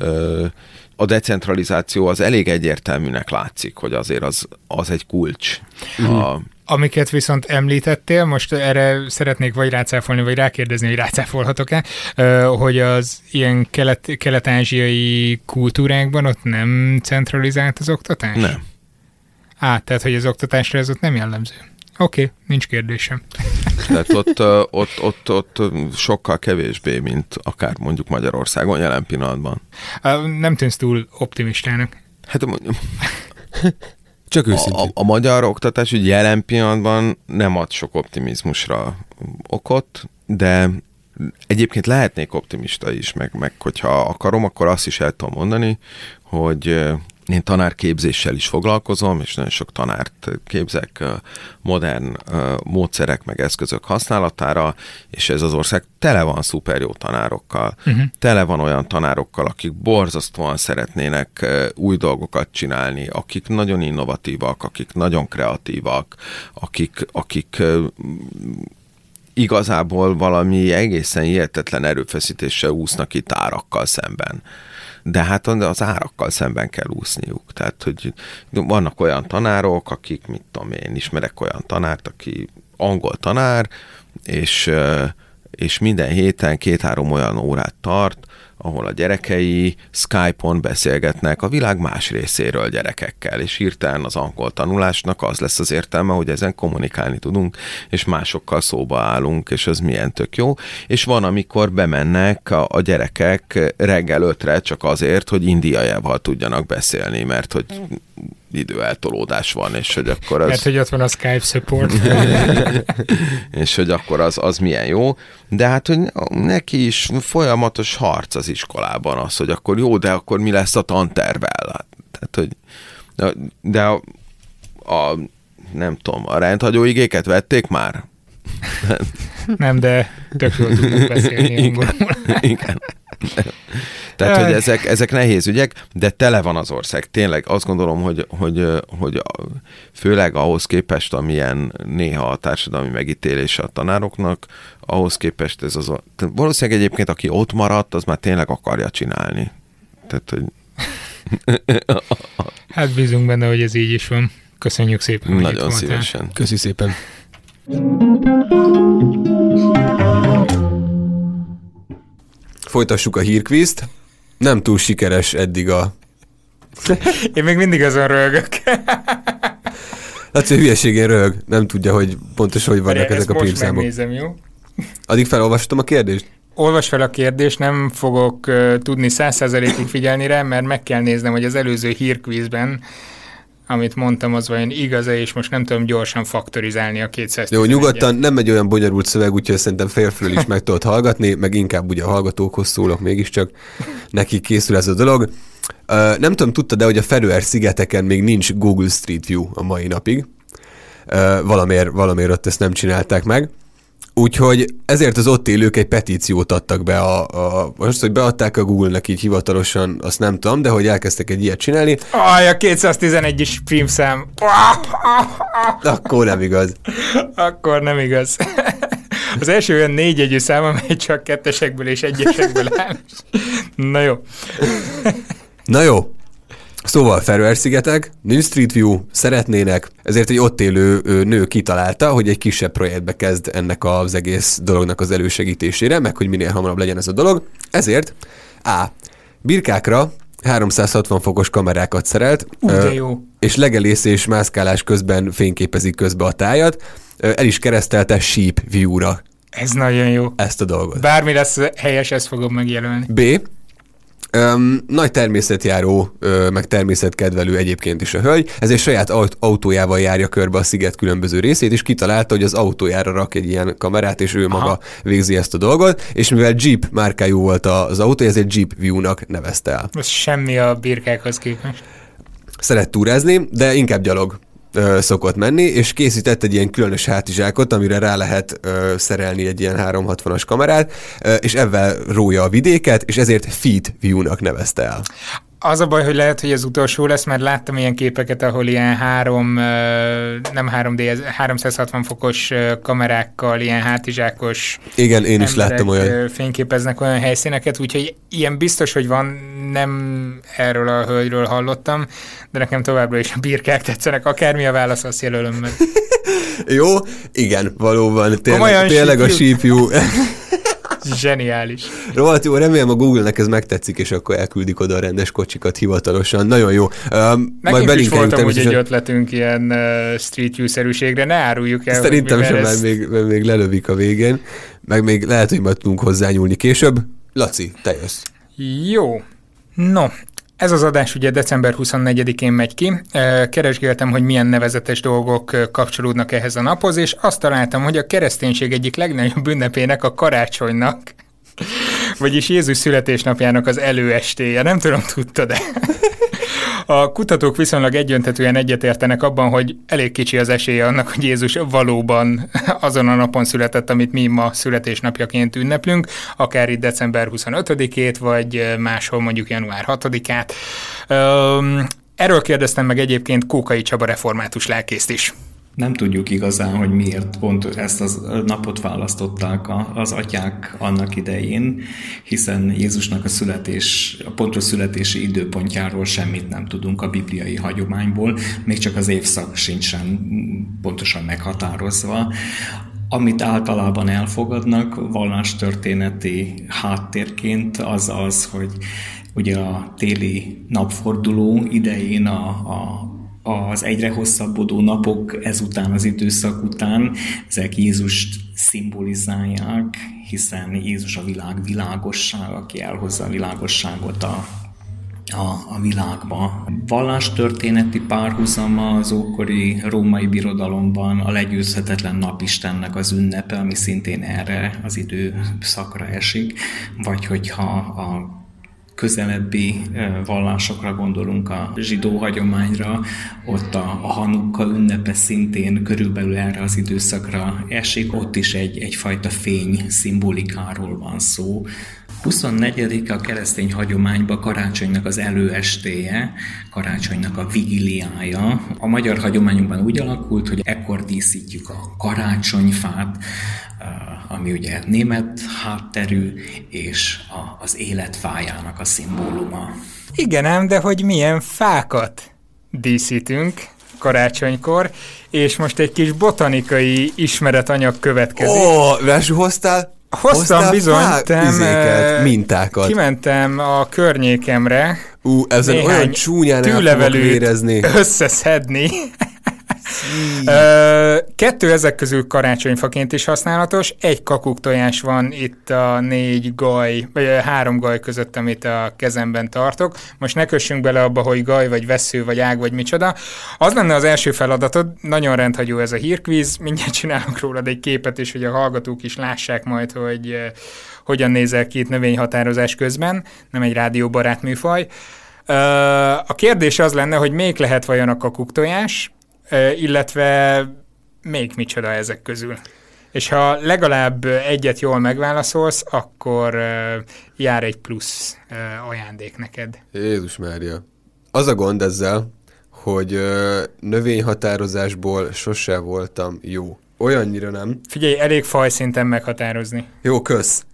A decentralizáció az elég egyértelműnek látszik, hogy azért az egy kulcs.
Amiket viszont említettél, most erre szeretnék vagy rácáfolni, vagy rákérdezni, hogy rácáfolhatok-e, hogy az ilyen kelet-ázsiai kultúrákban ott nem centralizált az oktatás?
Nem.
Tehát, hogy az oktatásra ez ott nem jellemző. Oké, nincs kérdésem.
Tehát ott sokkal kevésbé, mint akár mondjuk Magyarországon jelen pillanatban.
Nem tűnsz túl optimistának.
Hát
csak őszintén.
A magyar oktatás úgy jelen pillanatban nem ad sok optimizmusra okot, de egyébként lehetnék optimista is, meg hogyha akarom, akkor azt is el tudom mondani, hogy én tanárképzéssel is foglalkozom, és nagyon sok tanárt képzek modern módszerek meg eszközök használatára, és ez az ország tele van szuper jó tanárokkal. Tele van olyan tanárokkal, akik borzasztóan szeretnének új dolgokat csinálni, akik nagyon innovatívak, akik nagyon kreatívak, akik igazából valami egészen hihetetlen erőfeszítéssel úsznak itt árakkal szemben. De hát az árakkal szemben kell úszniuk. Tehát, hogy vannak olyan tanárok, akik, mit tudom én, ismerek olyan tanárt, aki angol tanár, és minden héten 2-3 olyan órát tart, ahol a gyerekei Skype-on beszélgetnek a világ más részéről gyerekekkel, és hirtelen az angol tanulásnak az lesz az értelme, hogy ezen kommunikálni tudunk, és másokkal szóba állunk, és ez milyen tök jó. És van, amikor bemennek a gyerekek reggel 5-re csak azért, hogy indiaiával tudjanak beszélni, mert hogy időeltolódás van, és hogy akkor az...
Mert hogy ott van a Skype support.
És hogy akkor az milyen jó. De hát, hogy neki is folyamatos harc az iskolában az, hogy akkor jó, de akkor mi lesz a tantervvel? Tehát, hogy de nem tudom, a rendhagyó igéket vették már?
Nem, de tök jól tudunk beszélni angolul.
Igen. Tehát, hogy ezek nehéz ügyek, de tele van az ország. Tényleg azt gondolom, hogy főleg ahhoz képest, amilyen néha a társadalmi megítélése a tanároknak, ahhoz képest ez az... Valószínűleg egyébként, aki ott maradt, az már tényleg akarja csinálni. Tehát, hogy...
Hát bízunk benne, hogy ez így is van. Köszönjük szépen.
Nagyon szívesen.
Köszi szépen. Folytassuk a hírkvízt. Nem túl sikeres eddig a...
Én még mindig azon röhögök.
Laci, hogy hülyeségén röhög. Nem tudja, hogy pontosan hogy vannak ezek a prímszámok.
Most megnézem, jó?
Addig felolvastam a kérdést?
Olvasd fel a kérdést, nem fogok tudni 100%-ig figyelni rá, mert meg kell néznem, hogy az előző hírkvízben, amit mondtam, az vajon igaz-e, és most nem tudom gyorsan faktorizálni a 211-et.
Jó, nyugodtan, nem egy olyan bonyolult szöveg, úgyhogy szerintem félfülről is meg tudod hallgatni, meg inkább ugye a hallgatókhoz szólok mégiscsak, nekik készül ez a dolog. Nem tudom, tudtad, de hogy a Feröer-szigeteken még nincs Google Street View a mai napig. Valamiért ott ezt nem csinálták meg. Úgyhogy ezért az ott élők egy petíciót adtak be, most, hogy beadták a Google-nek így hivatalosan, azt nem tudom, de hogy elkezdtek egy ilyet csinálni.
A 211 is prímszám.
Akkor nem igaz.
Akkor nem igaz. Az első olyan 4 jegyű szám, amely csak kettesekből és egyesekből áll. Na jó.
Na jó. Szóval Feröer-szigetek, nincs Street View, szeretnének, ezért egy ott élő nő kitalálta, hogy egy kisebb projektbe kezd ennek az egész dolognak az elősegítésére, meg hogy minél hamarabb legyen ez a dolog. Ezért birkákra 360 fokos kamerákat szerelt, és legelész és mászkálás közben fényképezik közbe a tájat, el is keresztelte Sheep View-ra.
Ez nagyon jó.
Ezt a dolgot.
Bármi lesz helyes, ezt fogom megjelölni.
B. Nagy természetjáró, meg természetkedvelő egyébként is a hölgy, ezért saját autójával járja körbe a sziget különböző részét, és kitalálta, hogy az autójára rak egy ilyen kamerát, és ő maga végzi ezt a dolgot, és mivel Jeep márkájú volt az autó, ezért Jeep View-nak nevezte el.
Ez semmi a birkákhoz képest.
Szeret túrázni, de inkább gyalog szokott menni, és készített egy ilyen különös hátizsákot, amire rá lehet szerelni egy ilyen 360-as kamerát, és ebben rója a vidéket, és ezért Feet View-nak nevezte el.
Az a baj, hogy lehet, hogy az utolsó lesz, mert láttam ilyen képeket, ahol ilyen 360 fokos kamerákkal, ilyen hátizsákos
igen, én is láttam olyan.
Fényképeznek olyan helyszíneket, úgyhogy ilyen biztos, hogy van, nem erről a hölgyről hallottam, de nekem továbbra is a birkák tetszenek, akármi a válasz, azt jelölöm meg.
Jó, igen, valóban, tényleg a Sheep View.
Zseniális.
Rohadt jó, remélem a Google-nek ez megtetszik, és akkor elküldik oda a rendes kocsikat hivatalosan. Nagyon jó.
Nekünk is voltam úgy egy ötletünk ilyen Street View-szerűségre, ne áruljuk el.
Szerintem sem, mert még lelövik a végén, meg még lehet, hogy majd tudunk hozzányúlni később. Laci, te jössz.
Jó. No, ez az adás ugye december 24-én megy ki. Keresgéltem, hogy milyen nevezetes dolgok kapcsolódnak ehhez a naphoz, és azt találtam, hogy a kereszténység egyik legnagyobb ünnepének, a karácsonynak, vagyis Jézus születésnapjának az előestéje. Nem tudom, tudtad-e? A kutatók viszonylag egyöntetően egyetértenek abban, hogy elég kicsi az esélye annak, hogy Jézus valóban azon a napon született, amit mi ma születésnapjaként ünneplünk, akár itt december 25-ét, vagy máshol mondjuk január 6-át. Erről kérdeztem meg egyébként Kókai Csaba református lelkészt is.
Nem tudjuk igazán, hogy miért pont ezt a napot választották az atyák annak idején, hiszen Jézusnak a pontos születési időpontjáról semmit nem tudunk a bibliai hagyományból, még csak az évszak sincsen pontosan meghatározva. Amit általában elfogadnak vallástörténeti háttérként, az az, hogy ugye a téli napforduló idején az egyre hosszabbodó napok ezután az időszak után, ezek Jézust szimbolizálják, hiszen Jézus a világ világosság, aki elhozza a világosságot a világba. Vallástörténeti párhuzama az ókori római birodalomban a legyőzhetetlen napistennek az ünnepe, ami szintén erre az időszakra esik, vagy hogyha a közelebbi vallásokra gondolunk, a zsidó hagyományra, ott a Hanukka ünnepe szintén körülbelül erre az időszakra esik, ott is egyfajta fény szimbolikáról van szó. 24. a keresztény hagyományban karácsonynak az előestéje, karácsonynak a vigiliája. A magyar hagyományunkban úgy alakult, hogy ekkor díszítjük a karácsonyfát, ami ugye német hátterű, és az életfájának a szimbóluma.
Igen ám, de hogy milyen fákat díszítünk karácsonykor, és most egy kis botanikai ismeretanyag következik. Hoztam bizony,
mintákat.
Kimentem a környékemre.
Ezen olyan csúnyán el fogok vérezni.
Összeszedni. 2 ezek közül karácsonyfaként is használatos, 1 kakuktojás van itt a 4 gaj, vagy 3 gaj között, amit a kezemben tartok. Most ne kössünk bele abba, hogy gaj, vagy vessző, vagy ág, vagy micsoda. Az lenne az első feladatod, nagyon rendhagyó ez a hírkvíz, mindjárt csinálok rólad egy képet, és hogy a hallgatók is lássák majd, hogy hogyan nézel ki itt növényhatározás közben, nem egy rádióbarát műfaj. A kérdés az lenne, hogy még lehet vajon a kakuktojás, illetve még micsoda ezek közül. És ha legalább egyet jól megválaszolsz, akkor jár egy plusz ajándék neked.
Jézus Mária. Az a gond ezzel, hogy növényhatározásból sose voltam jó. Olyannyira nem.
Figyelj, elég fajszinten meghatározni.
Jó, kösz.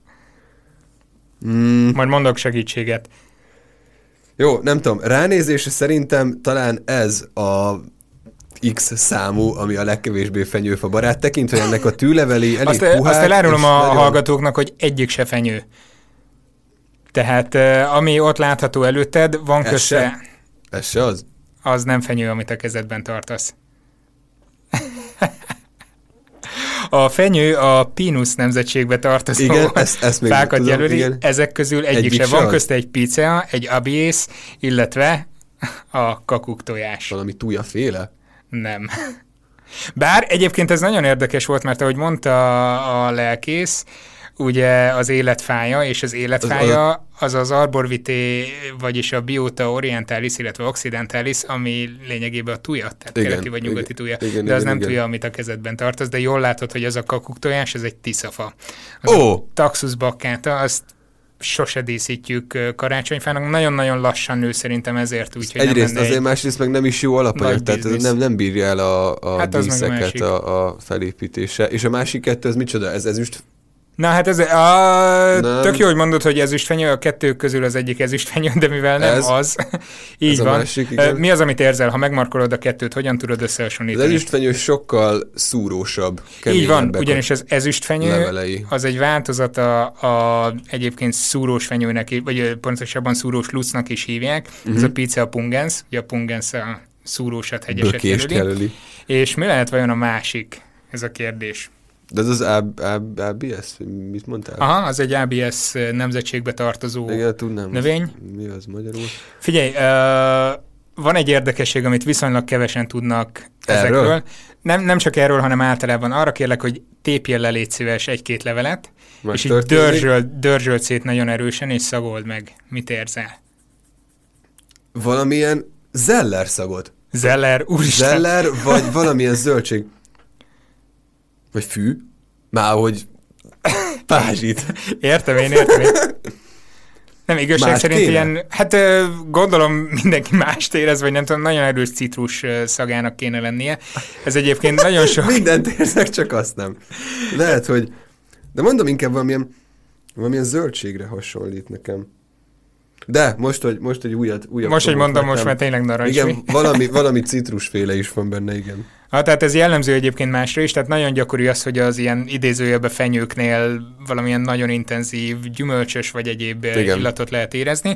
Majd mondok segítséget.
Jó, nem tudom. Ránézésre szerintem talán ez a X számú, ami a legkevésbé fenyőfa barát, tekintve ennek a tűleveli elég puhák.
Azt elárulom a hallgatóknak, hogy egyik se fenyő. Tehát ami ott látható előtted, van köze...
Ez se az?
Az nem fenyő, amit a kezedben tartasz. A fenyő a Pinus nemzetségbe tartozó fákat jelöli, igen. Ezek közül egyik se. Van közte egy picea, egy abiész, illetve a kakuktojás.
Valami tújaféle?
Nem. Bár egyébként ez nagyon érdekes volt, mert ahogy mondta a lelkész, ugye az életfája, és az életfája az arborvité, vagyis a biota orientalis, illetve occidentalis, ami lényegében a tuja, tehát igen, keleti vagy nyugati tuja. Igen, de az nem tuja, amit a kezedben tartasz, de jól látod, hogy az a kakuktojás, ez egy tiszafa. Taxus baccata, azt sose díszítjük karácsonyfának, nagyon-nagyon lassan nő szerintem ezért, úgyhogy
egyrészt azért, másrészt meg nem is jó alapanyag, tehát nem bírja el a díszeket a felépítése. És a másik kettő, ez micsoda? Ez ezüst?
Na hát ez tök jó, hogy mondod, hogy ezüstfenyő, a kettő közül az egyik ezüstfenyő, de mivel nem az, így van. Másik, mi az, amit érzel, ha megmarkolod a kettőt, hogyan tudod összehasonlítani?
Az ezüstfenyő sokkal szúrósabb.
Így van, ugyanis az ezüstfenyő levelei. Az egy változata a egyébként szúrós fenyőnek, vagy pontosabban szúrós lucnak is hívják. Ez a Picea pungens, ugye a pungens a szúrósat, hegyeset jelöli. És mi lehet vajon a másik? Ez a kérdés.
De ez az ABS? Mit mondtál?
Aha, az egy ABS nemzetségbe tartozó növény.
Mi az magyarul?
Figyelj, van egy érdekesség, amit viszonylag kevesen tudnak ezekről. Nem csak erről, hanem általában. Arra kérlek, hogy tépjél le, légy szíves, 1-2 levelet, és így dörzsöld szét nagyon erősen, és szagold meg. Mit érzel?
Valamilyen zeller szagot.
Zeller, úristen.
Zeller, vagy valamilyen zöldség. Vagy fű? Már hogy pázsit.
Értem én. Nem, igazság szerint ilyen, hát gondolom mindenki mást érez, vagy nem tudom, nagyon erős citrus szagának kéne lennie. Ez egyébként nagyon sok...
Mindent érzek, csak azt nem. Lehet, hogy... De mondom, inkább valamilyen zöldségre hasonlít nekem. De most, hogy újat
most, hogy mondom, most már tényleg narancs.
Igen, valami citrusféle is van benne, igen.
Tehát ez jellemző egyébként másra is, tehát nagyon gyakori az, hogy az ilyen idézőjelbe fenyőknél valamilyen nagyon intenzív, gyümölcsös vagy egyéb illatot lehet érezni.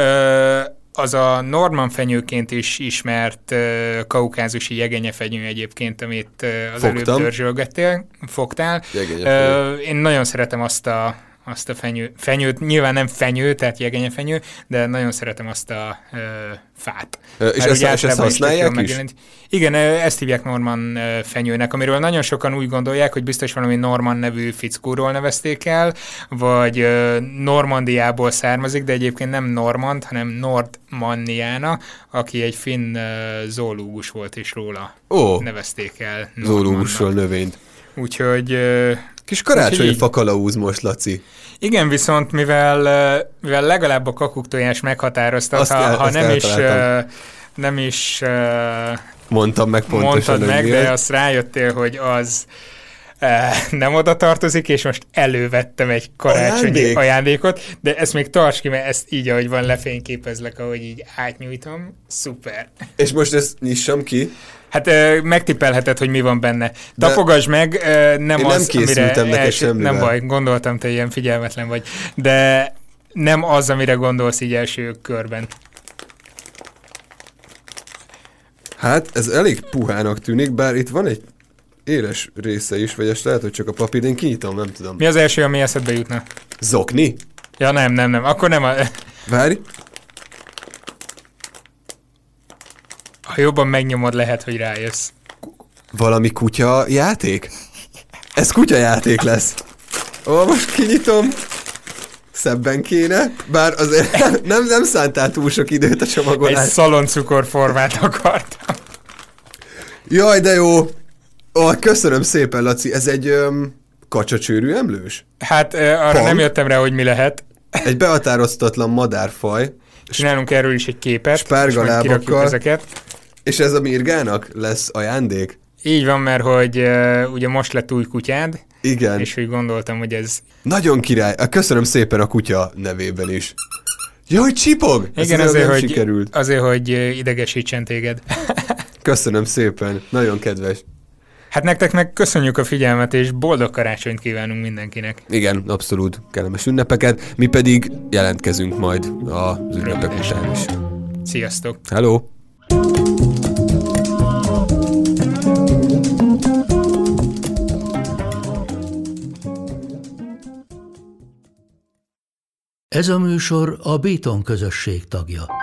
Az a Norman fenyőként is ismert kaukázusi jegenyefenyő egyébként, amit az előbb dörzsölgettél, fogtál. Én nagyon szeretem azt azt a fenyőt, nyilván nem fenyő, tehát jegenyefenyő, de nagyon szeretem azt a fát.
És ezt használják is?
Igen, ezt hívják Norman fenyőnek, amiről nagyon sokan úgy gondolják, hogy biztos valami Norman nevű fickóról nevezték el, vagy Normandiából származik, de egyébként nem Normand, hanem Nordmanniana, aki egy finn zoológus volt, és róla nevezték el.
Zoológusról növényt.
Úgyhogy...
Kis karácsonyi fakalauz most, Laci.
Igen, viszont mivel legalább a kakuktojás meghatároztat, ha nem is
mondtam meg pontosan,
mondtad meg, de azt rájöttél, hogy az nem oda tartozik, és most elővettem egy karácsonyi ajándékot, de ezt még tarts ki, mert ezt így, ahogy van, lefényképezlek, ahogy így átnyújtom. Szuper.
És most ezt nyissam ki?
Hát megtippelheted, hogy mi van benne. Tapogasd meg, nem az, amire nem baj, gondoltam, te ilyen figyelmetlen vagy, de nem az, amire gondolsz így első körben.
Hát ez elég puhának tűnik, bár itt van egy éles része is, vagy ezt lehet, hogy csak a papír, én kinyitom, nem tudom.
Mi az első, ami eszedbe jutna?
Zokni?
Ja nem, akkor nem.
Várj.
Ha jobban megnyomod, lehet, hogy rájössz.
Valami kutya játék? Ez kutya játék lesz. Most kinyitom. Szebben kéne, bár azért nem szántál túl sok időt a csomagolás.
Egy szaloncukorformát akartam.
Jaj, de jó. Köszönöm szépen, Laci. Ez egy kacsacsőrű emlős?
Hát arra nem jöttem rá, hogy mi lehet.
Egy behatároztatlan madárfaj.
Csinálunk erről is egy képet.
Spárgalábakkal. Ezeket. És ez a Mirgának lesz ajándék?
Így van, mert hogy ugye most lett új kutyád.
Igen.
És hogy gondoltam, hogy ez...
Nagyon király. Köszönöm szépen a kutya nevében is. Jaj, csipog!
Igen, azért, hogy idegesítsen téged.
Köszönöm szépen. Nagyon kedves.
Hát nektek meg köszönjük a figyelmet, és boldog karácsonyt kívánunk mindenkinek.
Igen, abszolút kellemes ünnepeket. Mi pedig jelentkezünk majd az ünnepek után is.
Sziasztok!
Hello!
Ez a műsor a Béton közösség tagja.